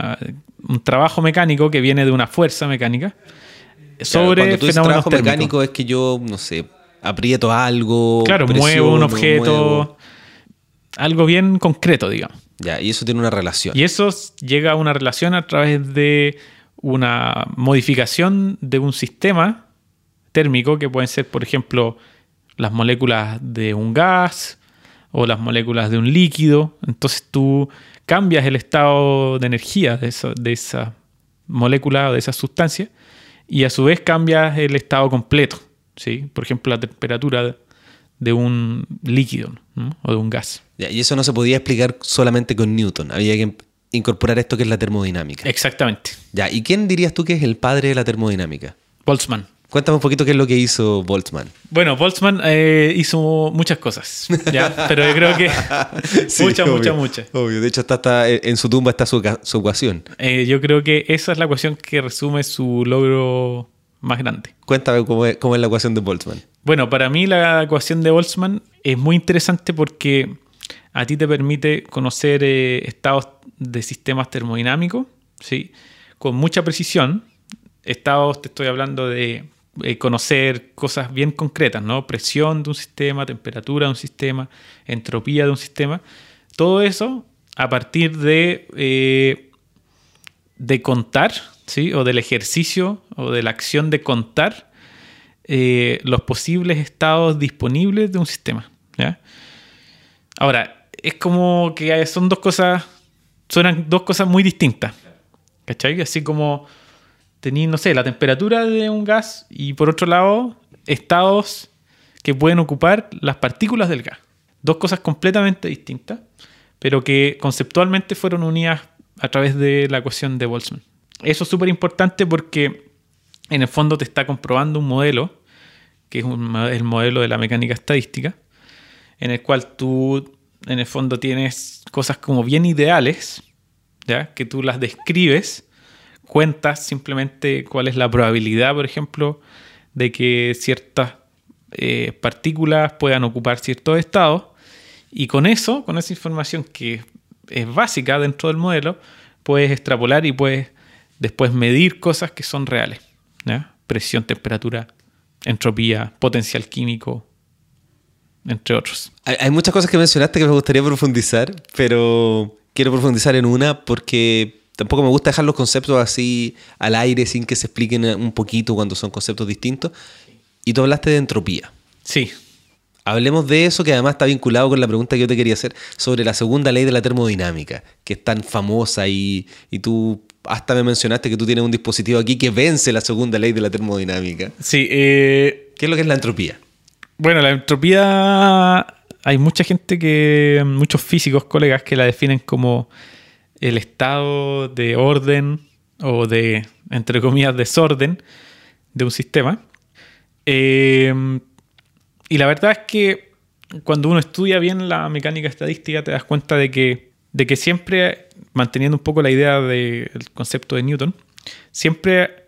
S2: trabajo mecánico que viene de una fuerza mecánica sobre
S1: cuando tú dices
S2: fenómenos
S1: trabajo
S2: térmicos.
S1: mecánico es que yo, no sé, aprieto algo,
S2: claro, muevo un objeto, algo bien concreto, digamos.
S1: Ya, y eso tiene una relación.
S2: Y eso llega a una relación a través de una modificación de un sistema térmico que pueden ser, por ejemplo, las moléculas de un gas o las moléculas de un líquido. Entonces tú cambias el estado de energía de esa molécula o de esa sustancia y a su vez cambias el estado completo, ¿sí? Por ejemplo, la temperatura de un líquido, ¿no? O de un gas.
S1: Ya, y eso no se podía explicar solamente con Newton. Había que incorporar esto que es la termodinámica.
S2: Exactamente.
S1: Ya, ¿y quién dirías tú que es el padre de la termodinámica?
S2: Boltzmann.
S1: Cuéntame un poquito qué es lo que hizo Boltzmann.
S2: Bueno, Boltzmann hizo muchas cosas, ¿ya? Pero yo creo que
S1: Sí,
S2: muchas.
S1: Obvio, de hecho está en su tumba está su ecuación.
S2: Yo creo que esa es la ecuación que resume su logro más grande.
S1: Cuéntame cómo es la ecuación de Boltzmann.
S2: Bueno, para mí la ecuación de Boltzmann es muy interesante porque a ti te permite conocer estados de sistemas termodinámicos, ¿sí? Con mucha precisión. Estados, te estoy hablando de conocer cosas bien concretas, ¿no? Presión de un sistema, temperatura de un sistema, entropía de un sistema. Todo eso a partir de contar, ¿sí? O del ejercicio o de la acción de contar los posibles estados disponibles de un sistema, ¿ya? Ahora, es como que suenan dos cosas muy distintas, ¿cachai? Así como tenís, no sé, la temperatura de un gas y por otro lado, estados que pueden ocupar las partículas del gas. Dos cosas completamente distintas, pero que conceptualmente fueron unidas a través de la ecuación de Boltzmann. Eso es súper importante porque en el fondo te está comprobando un modelo, que es el modelo de la mecánica estadística, en el cual tú en el fondo tienes cosas como bien ideales, ¿ya? Que tú las describes, cuentas simplemente cuál es la probabilidad, por ejemplo, de que ciertas partículas puedan ocupar ciertos estados, y con esa información que es básica dentro del modelo, puedes extrapolar y puedes después medir cosas que son reales, ¿ya? Presión, temperatura, entropía, potencial químico, entre otros.
S1: Hay muchas cosas que mencionaste que me gustaría profundizar, pero quiero profundizar en una porque tampoco me gusta dejar los conceptos así al aire sin que se expliquen un poquito cuando son conceptos distintos. Y tú hablaste de entropía.
S2: Sí.
S1: Hablemos de eso, que además está vinculado con la pregunta que yo te quería hacer sobre la segunda ley de la termodinámica, que es tan famosa y tú hasta me mencionaste que tú tienes un dispositivo aquí que vence la segunda ley de la termodinámica.
S2: Sí.
S1: ¿Qué es lo que es la entropía?
S2: Bueno, la entropía, hay mucha gente muchos físicos, colegas, que la definen como el estado de orden o de, entre comillas, desorden de un sistema. Y la verdad es que cuando uno estudia bien la mecánica estadística te das cuenta de que siempre, manteniendo un poco la idea del concepto de Newton, siempre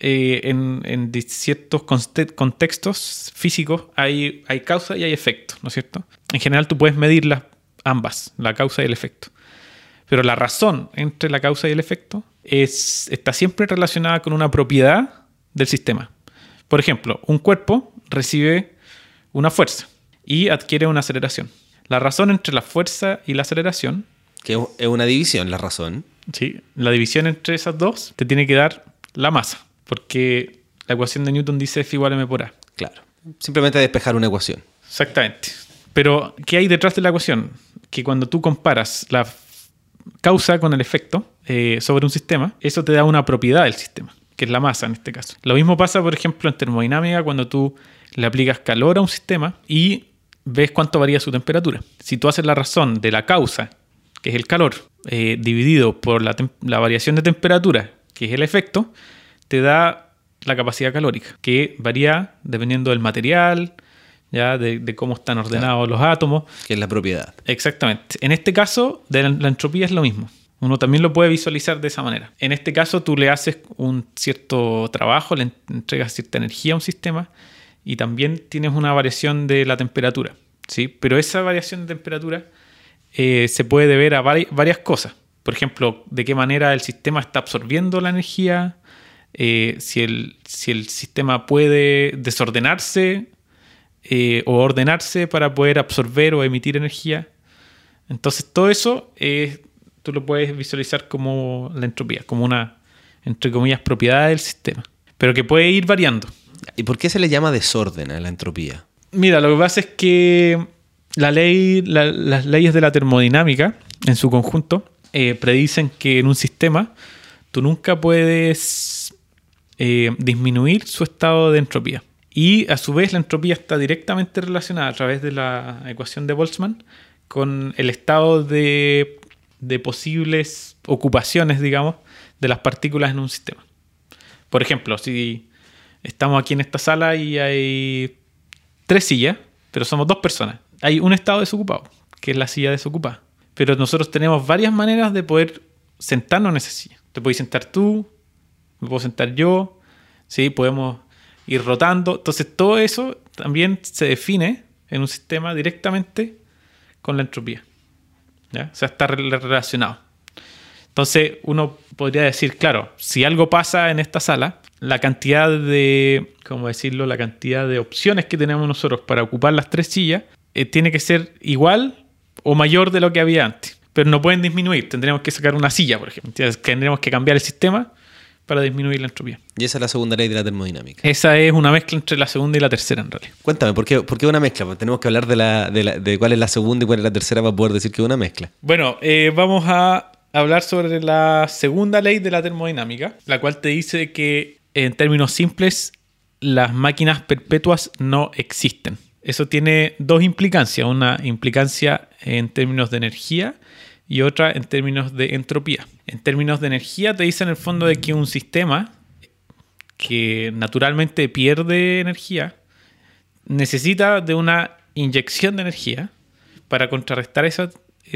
S2: en ciertos contextos físicos hay causa y hay efecto, ¿no es cierto? En general tú puedes medir ambas, la causa y el efecto. Pero la razón entre la causa y el efecto está siempre relacionada con una propiedad del sistema. Por ejemplo, un cuerpo recibe una fuerza y adquiere una aceleración. La razón entre la fuerza y la aceleración...
S1: Que es una división, la razón.
S2: Sí, la división entre esas dos te tiene que dar la masa, porque la ecuación de Newton dice F igual a m por A.
S1: Claro, simplemente despejar una ecuación.
S2: Exactamente. Pero, ¿qué hay detrás de la ecuación? Que cuando tú comparas la causa con el efecto sobre un sistema, eso te da una propiedad del sistema, que es la masa en este caso. Lo mismo pasa, por ejemplo, en termodinámica cuando tú le aplicas calor a un sistema y ves cuánto varía su temperatura. Si tú haces la razón de la causa, que es el calor, dividido por la variación de temperatura, que es el efecto, te da la capacidad calórica, que varía dependiendo del material, ya de cómo están ordenados los átomos.
S1: Que es la propiedad.
S2: Exactamente. En este caso, de la entropía es lo mismo. Uno también lo puede visualizar de esa manera. En este caso, tú le haces un cierto trabajo, le entregas cierta energía a un sistema y también tienes una variación de la temperatura, ¿sí? Pero esa variación de temperatura se puede deber a varias cosas. Por ejemplo, de qué manera el sistema está absorbiendo la energía, si el sistema puede desordenarse o ordenarse para poder absorber o emitir energía. Entonces, todo eso tú lo puedes visualizar como la entropía, como una, entre comillas, propiedad del sistema, pero que puede ir variando.
S1: ¿Y por qué se le llama desorden a la entropía?
S2: Mira, lo que pasa es que las leyes de la termodinámica, en su conjunto, predicen que en un sistema tú nunca puedes disminuir su estado de entropía. Y a su vez la entropía está directamente relacionada a través de la ecuación de Boltzmann con el estado de posibles ocupaciones, digamos, de las partículas en un sistema. Por ejemplo, si estamos aquí en esta sala y hay 3 sillas, pero somos 2 personas, hay un estado desocupado, que es la silla desocupada. Pero nosotros tenemos varias maneras de poder sentarnos en esa silla. Te puedes sentar tú, me puedo sentar yo, ¿sí? Podemos ir rotando. Entonces todo eso también se define en un sistema directamente con la entropía, ¿ya? O sea, está relacionado. Entonces uno podría decir, claro, si algo pasa en esta sala, la cantidad de, ¿cómo decirlo? La cantidad de opciones que tenemos nosotros para ocupar las 3 sillas tiene que ser igual o mayor de lo que había antes. Pero no pueden disminuir. Tendremos que sacar una silla, por ejemplo. Entonces, tendremos que cambiar el sistema para disminuir la entropía.
S1: Y esa es la segunda ley de la termodinámica.
S2: Esa es una mezcla entre la segunda y la tercera, en realidad.
S1: Cuéntame, ¿por qué una mezcla? Pues tenemos que hablar de cuál es la segunda y cuál es la tercera para poder decir que es una mezcla.
S2: Bueno, vamos a hablar sobre la segunda ley de la termodinámica, la cual te dice que, en términos simples, las máquinas perpetuas no existen. Eso tiene 2 implicancias. Una implicancia en términos de energía y otra en términos de entropía. En términos de energía te dice en el fondo de que un sistema que naturalmente pierde energía necesita de una inyección de energía para contrarrestar esa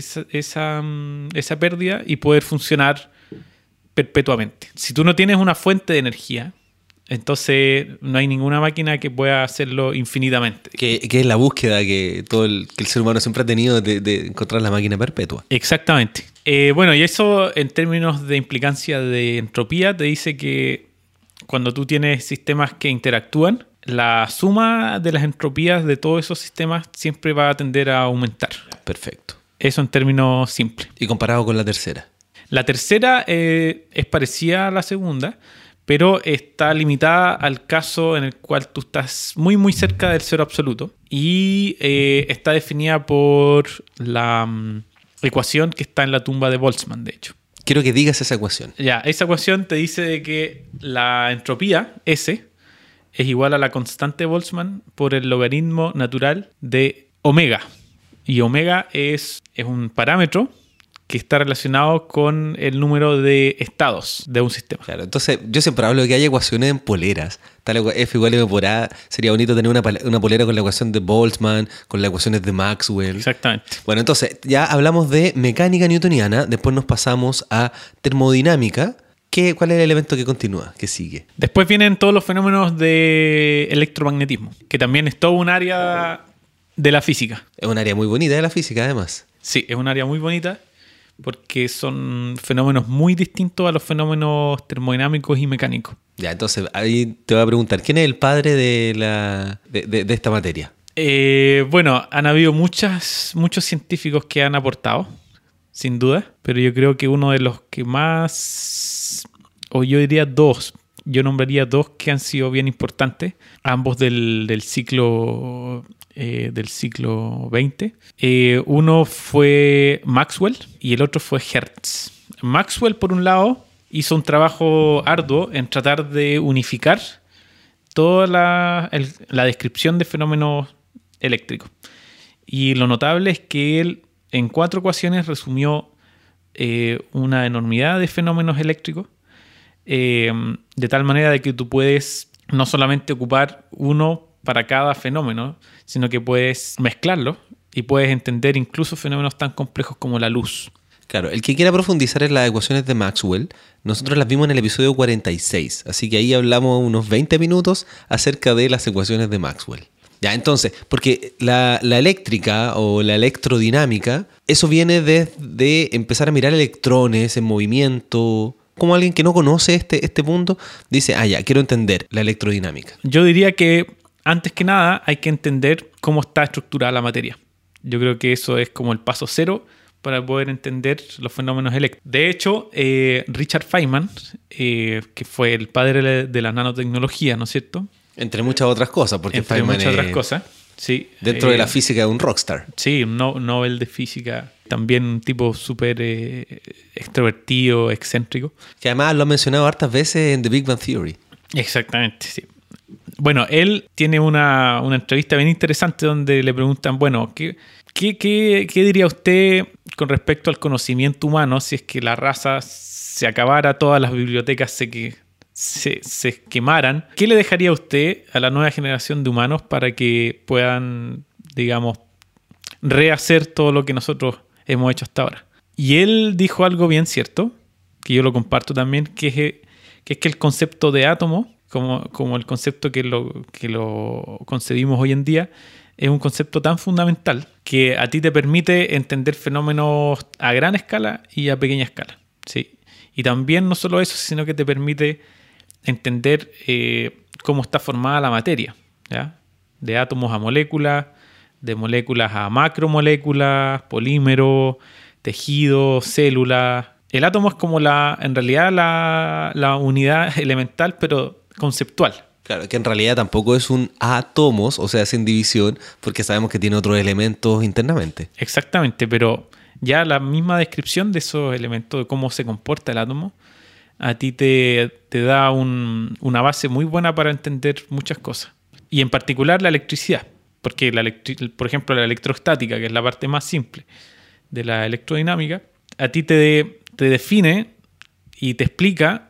S2: pérdida y poder funcionar perpetuamente. Si tú no tienes una fuente de energía, entonces no hay ninguna máquina que pueda hacerlo infinitamente.
S1: Que es la búsqueda que el ser humano siempre ha tenido de encontrar la máquina perpetua.
S2: Exactamente. Bueno, y eso en términos de implicancia de entropía te dice que cuando tú tienes sistemas que interactúan, la suma de las entropías de todos esos sistemas siempre va a tender a aumentar.
S1: Perfecto.
S2: Eso en términos simples.
S1: ¿Y comparado con la tercera?
S2: La tercera es parecida a la segunda, pero está limitada al caso en el cual tú estás muy muy cerca del cero absoluto y está definida por la ecuación que está en la tumba de Boltzmann, de hecho.
S1: Quiero que digas esa ecuación.
S2: Ya, esa ecuación te dice de que la entropía, S, es igual a la constante de Boltzmann por el logaritmo natural de omega. Y omega es un parámetro que está relacionado con el número de estados de un sistema.
S1: Claro, entonces yo siempre hablo de que hay ecuaciones en poleras. F igual M por A. Sería bonito tener una polera con la ecuación de Boltzmann, con las ecuaciones de Maxwell.
S2: Exactamente.
S1: Bueno, entonces ya hablamos de mecánica newtoniana, después nos pasamos a termodinámica. ¿Cuál es el elemento que continúa, que sigue?
S2: Después vienen todos los fenómenos de electromagnetismo, que también es todo un área de la física.
S1: Es un área muy bonita de la física, además.
S2: Sí, es un área muy bonita porque son fenómenos muy distintos a los fenómenos termodinámicos y mecánicos.
S1: Ya, entonces ahí te voy a preguntar, ¿quién es el padre de esta materia?
S2: Bueno, han habido muchos científicos que han aportado, sin duda, pero yo creo que uno de los que más, o yo diría dos, yo nombraría dos que han sido bien importantes, ambos del siglo XX. Uno fue Maxwell y el otro fue Hertz. Maxwell, por un lado, hizo un trabajo arduo en tratar de unificar toda la descripción de fenómenos eléctricos. Y lo notable es que él, en 4 ecuaciones, resumió una enormidad de fenómenos eléctricos, de tal manera de que tú puedes no solamente ocupar uno para cada fenómeno, sino que puedes mezclarlo y puedes entender incluso fenómenos tan complejos como la luz.
S1: Claro, el que quiera profundizar en las ecuaciones de Maxwell, nosotros las vimos en el episodio 46, así que ahí hablamos unos 20 minutos acerca de las ecuaciones de Maxwell. Ya, entonces, porque la eléctrica o la electrodinámica, eso viene de empezar a mirar electrones en movimiento. Como alguien que no conoce este punto, dice, ya, quiero entender la electrodinámica.
S2: Yo diría que, antes que nada, hay que entender cómo está estructurada la materia. Yo creo que eso es como el paso cero para poder entender los fenómenos eléctricos. De hecho, Richard Feynman, que fue el padre de la nanotecnología, ¿no es cierto?
S1: Entre muchas otras cosas, porque
S2: entre
S1: Feynman
S2: muchas otras cosas, sí.
S1: Dentro de la física es un rockstar.
S2: Sí, un Nobel de física. También un tipo súper extrovertido, excéntrico.
S1: Que además lo ha mencionado hartas veces en The Big Bang Theory.
S2: Exactamente, sí. Bueno, él tiene una entrevista bien interesante donde le preguntan, bueno, ¿qué diría usted con respecto al conocimiento humano si es que la raza se acabara, todas las bibliotecas se quemaran? ¿Qué le dejaría usted a la nueva generación de humanos para que puedan, digamos, rehacer todo lo que nosotros hemos hecho hasta ahora? Y él dijo algo bien cierto, que yo lo comparto también, que es que el concepto de átomo, como el concepto que lo concebimos hoy en día, es un concepto tan fundamental que a ti te permite entender fenómenos a gran escala y a pequeña escala, ¿sí? Y también no solo eso, sino que te permite entender cómo está formada la materia, ¿ya? De átomos a moléculas, de moléculas a macromoléculas, polímeros, tejidos, células. El átomo es como en realidad la unidad elemental, pero conceptual.
S1: Claro, que en realidad tampoco es un átomos, o sea, sin división, porque sabemos que tiene otros elementos internamente.
S2: Exactamente, pero ya la misma descripción de esos elementos, de cómo se comporta el átomo, a ti te da una base muy buena para entender muchas cosas. Y en particular la electricidad, porque por ejemplo la electrostática, que es la parte más simple de la electrodinámica, a ti te define y te explica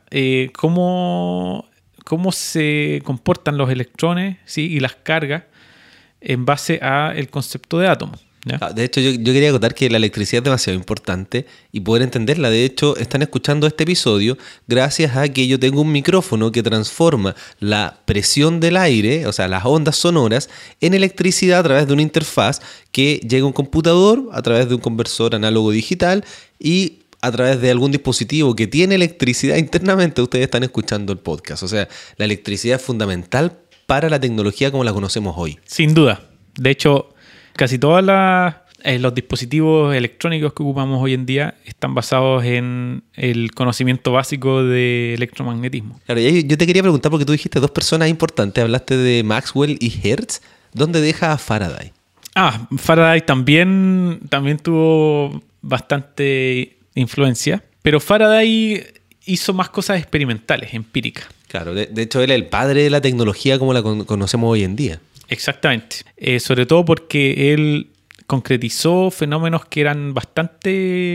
S2: cómo se comportan los electrones, ¿sí? Y las cargas en base al concepto de átomo, ¿ya?
S1: De hecho, yo quería acotar que la electricidad es demasiado importante y poder entenderla. De hecho, están escuchando este episodio gracias a que yo tengo un micrófono que transforma la presión del aire, o sea, las ondas sonoras, en electricidad a través de una interfaz que llega a un computador, a través de un conversor análogo digital y a través de algún dispositivo que tiene electricidad internamente. Ustedes están escuchando el podcast. O sea, la electricidad es fundamental para la tecnología como la conocemos hoy.
S2: Sin duda. De hecho, casi todos los dispositivos electrónicos que ocupamos hoy en día están basados en el conocimiento básico de electromagnetismo.
S1: Claro, y yo te quería preguntar, porque tú dijiste 2 personas importantes. Hablaste de Maxwell y Hertz. ¿Dónde deja a Faraday?
S2: Faraday también tuvo bastante influencia, pero Faraday hizo más cosas experimentales, empíricas.
S1: Claro, de hecho él es el padre de la tecnología como la conocemos hoy en día.
S2: Exactamente, sobre todo porque él concretizó fenómenos que eran bastante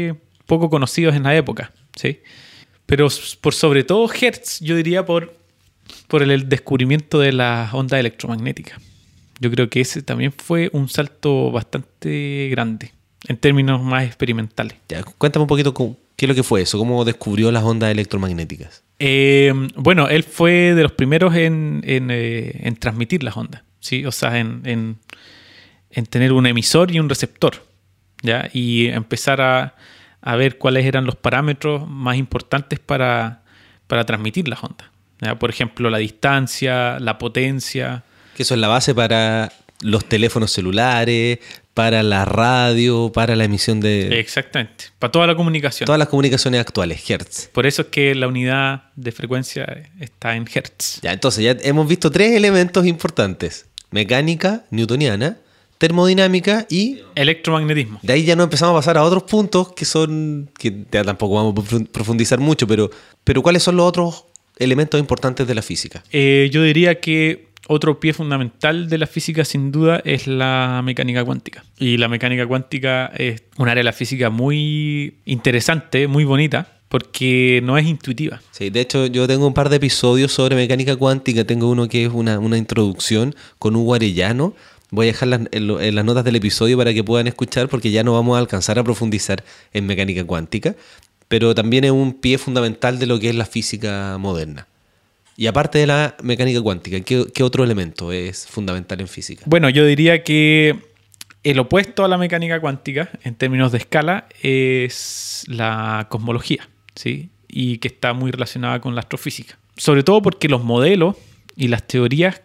S2: poco conocidos en la época, ¿sí? Pero por sobre todo Hertz, yo diría por el descubrimiento de las ondas electromagnéticas. Yo creo que ese también fue un salto bastante grande en términos más experimentales.
S1: Ya, cuéntame un poquito qué es lo que fue eso, cómo descubrió las ondas electromagnéticas.
S2: Bueno, él fue de los primeros en transmitir las ondas, ¿sí? O sea, en tener un emisor y un receptor, ¿ya? Y empezar a ver cuáles eran los parámetros más importantes para transmitir las ondas, ¿ya? Por ejemplo, la distancia, la potencia.
S1: Que eso es la base para los teléfonos celulares, para la radio, para la emisión de...
S2: Exactamente, para toda la comunicación.
S1: Todas las comunicaciones actuales, Hertz.
S2: Por eso es que la unidad de frecuencia está en Hertz.
S1: Ya, entonces ya hemos visto 3 elementos importantes. Mecánica newtoniana, termodinámica y...
S2: electromagnetismo.
S1: De ahí ya nos empezamos a pasar a otros puntos que ya tampoco vamos a profundizar mucho, pero ¿cuáles son los otros elementos importantes de la física?
S2: Yo diría que otro pie fundamental de la física, sin duda, es la mecánica cuántica. Y la mecánica cuántica es un área de la física muy interesante, muy bonita, porque no es intuitiva.
S1: Sí, de hecho yo tengo un par de episodios sobre mecánica cuántica. Tengo uno que es una introducción con Hugo Arellano. Voy a dejar en las notas del episodio para que puedan escuchar, porque ya no vamos a alcanzar a profundizar en mecánica cuántica. Pero también es un pie fundamental de lo que es la física moderna. Y aparte de la mecánica cuántica, ¿qué otro elemento es fundamental en física?
S2: Bueno, yo diría que el opuesto a la mecánica cuántica, en términos de escala, es la cosmología, ¿sí? Y que está muy relacionada con la astrofísica. Sobre todo porque los modelos y las teorías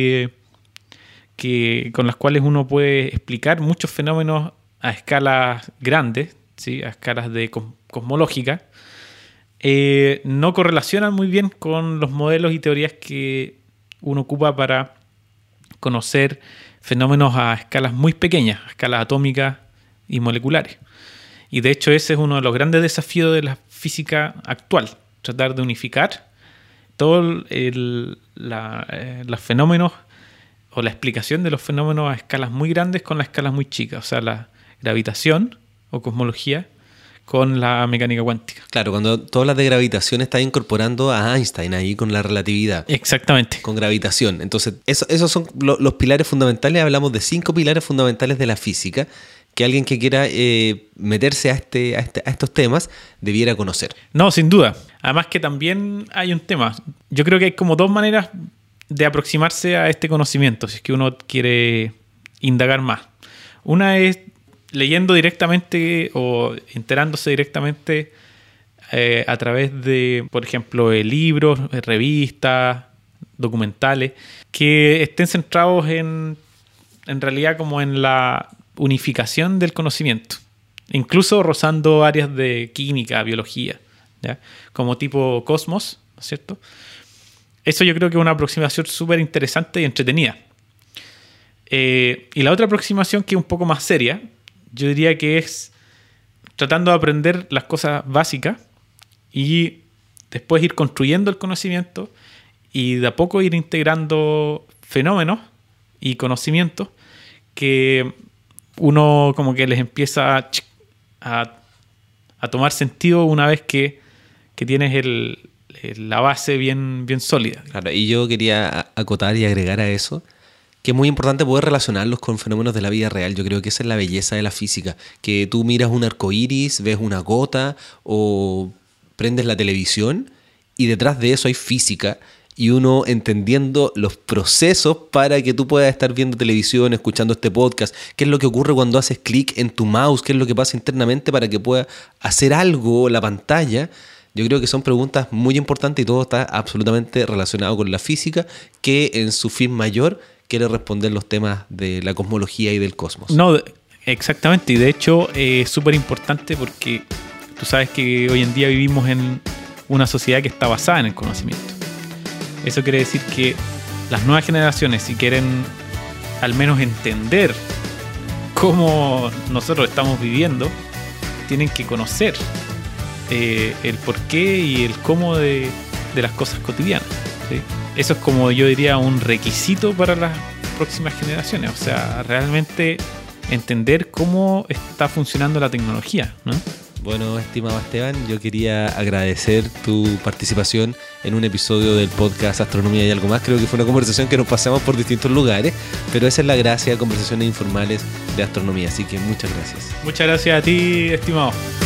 S2: con las cuales uno puede explicar muchos fenómenos a escalas grandes, ¿sí? A escalas de cosmológicas, no correlacionan muy bien con los modelos y teorías que uno ocupa para conocer fenómenos a escalas muy pequeñas, a escalas atómicas y moleculares. Y de hecho ese es uno de los grandes desafíos de la física actual, tratar de unificar todos los fenómenos o la explicación de los fenómenos a escalas muy grandes con las escalas muy chicas, o sea, la gravitación o cosmología con la mecánica cuántica.
S1: Claro, cuando tú hablas de gravitación estás incorporando a Einstein ahí con la relatividad.
S2: Exactamente.
S1: Con gravitación. Entonces, esos son los pilares fundamentales. Hablamos de 5 pilares fundamentales de la física que alguien que quiera meterse a estos temas debiera conocer.
S2: No, sin duda. Además que también hay un tema. Yo creo que hay como 2 maneras de aproximarse a este conocimiento, si es que uno quiere indagar más. Una es leyendo directamente o enterándose directamente a través de, por ejemplo, libros, revistas, documentales, que estén centrados en realidad como en la unificación del conocimiento, incluso rozando áreas de química, biología, ¿ya? Como tipo Cosmos, ¿no es cierto? Eso yo creo que es una aproximación súper interesante y entretenida. Y la otra aproximación, que es un poco más seria, yo diría que es tratando de aprender las cosas básicas y después ir construyendo el conocimiento y de a poco ir integrando fenómenos y conocimientos que uno como que les empieza a tomar sentido una vez que tienes la base bien sólida.
S1: Claro, y yo quería acotar y agregar a eso que es muy importante poder relacionarlos con fenómenos de la vida real. Yo creo que esa es la belleza de la física. Que tú miras un arco iris, ves una gota o prendes la televisión y detrás de eso hay física y uno entendiendo los procesos para que tú puedas estar viendo televisión, escuchando este podcast. ¿Qué es lo que ocurre cuando haces clic en tu mouse? ¿Qué es lo que pasa internamente para que pueda hacer algo la pantalla? Yo creo que son preguntas muy importantes y todo está absolutamente relacionado con la física, que en su fin mayor quiere responder los temas de la cosmología y del cosmos.
S2: No, exactamente. Y de hecho es súper importante porque tú sabes que hoy en día vivimos en una sociedad que está basada en el conocimiento. Eso quiere decir que las nuevas generaciones, si quieren al menos entender cómo nosotros estamos viviendo, tienen que conocer el porqué y el cómo de las cosas cotidianas, ¿sí? Eso es, como yo diría, un requisito para las próximas generaciones. O sea, realmente entender cómo está funcionando la tecnología, ¿no?
S1: Bueno, estimado Esteban, yo quería agradecer tu participación en un episodio del podcast Astronomía y Algo Más. Creo que fue una conversación que nos pasamos por distintos lugares, pero esa es la gracia de conversaciones informales de astronomía, así que muchas gracias.
S2: Muchas gracias a ti, estimado.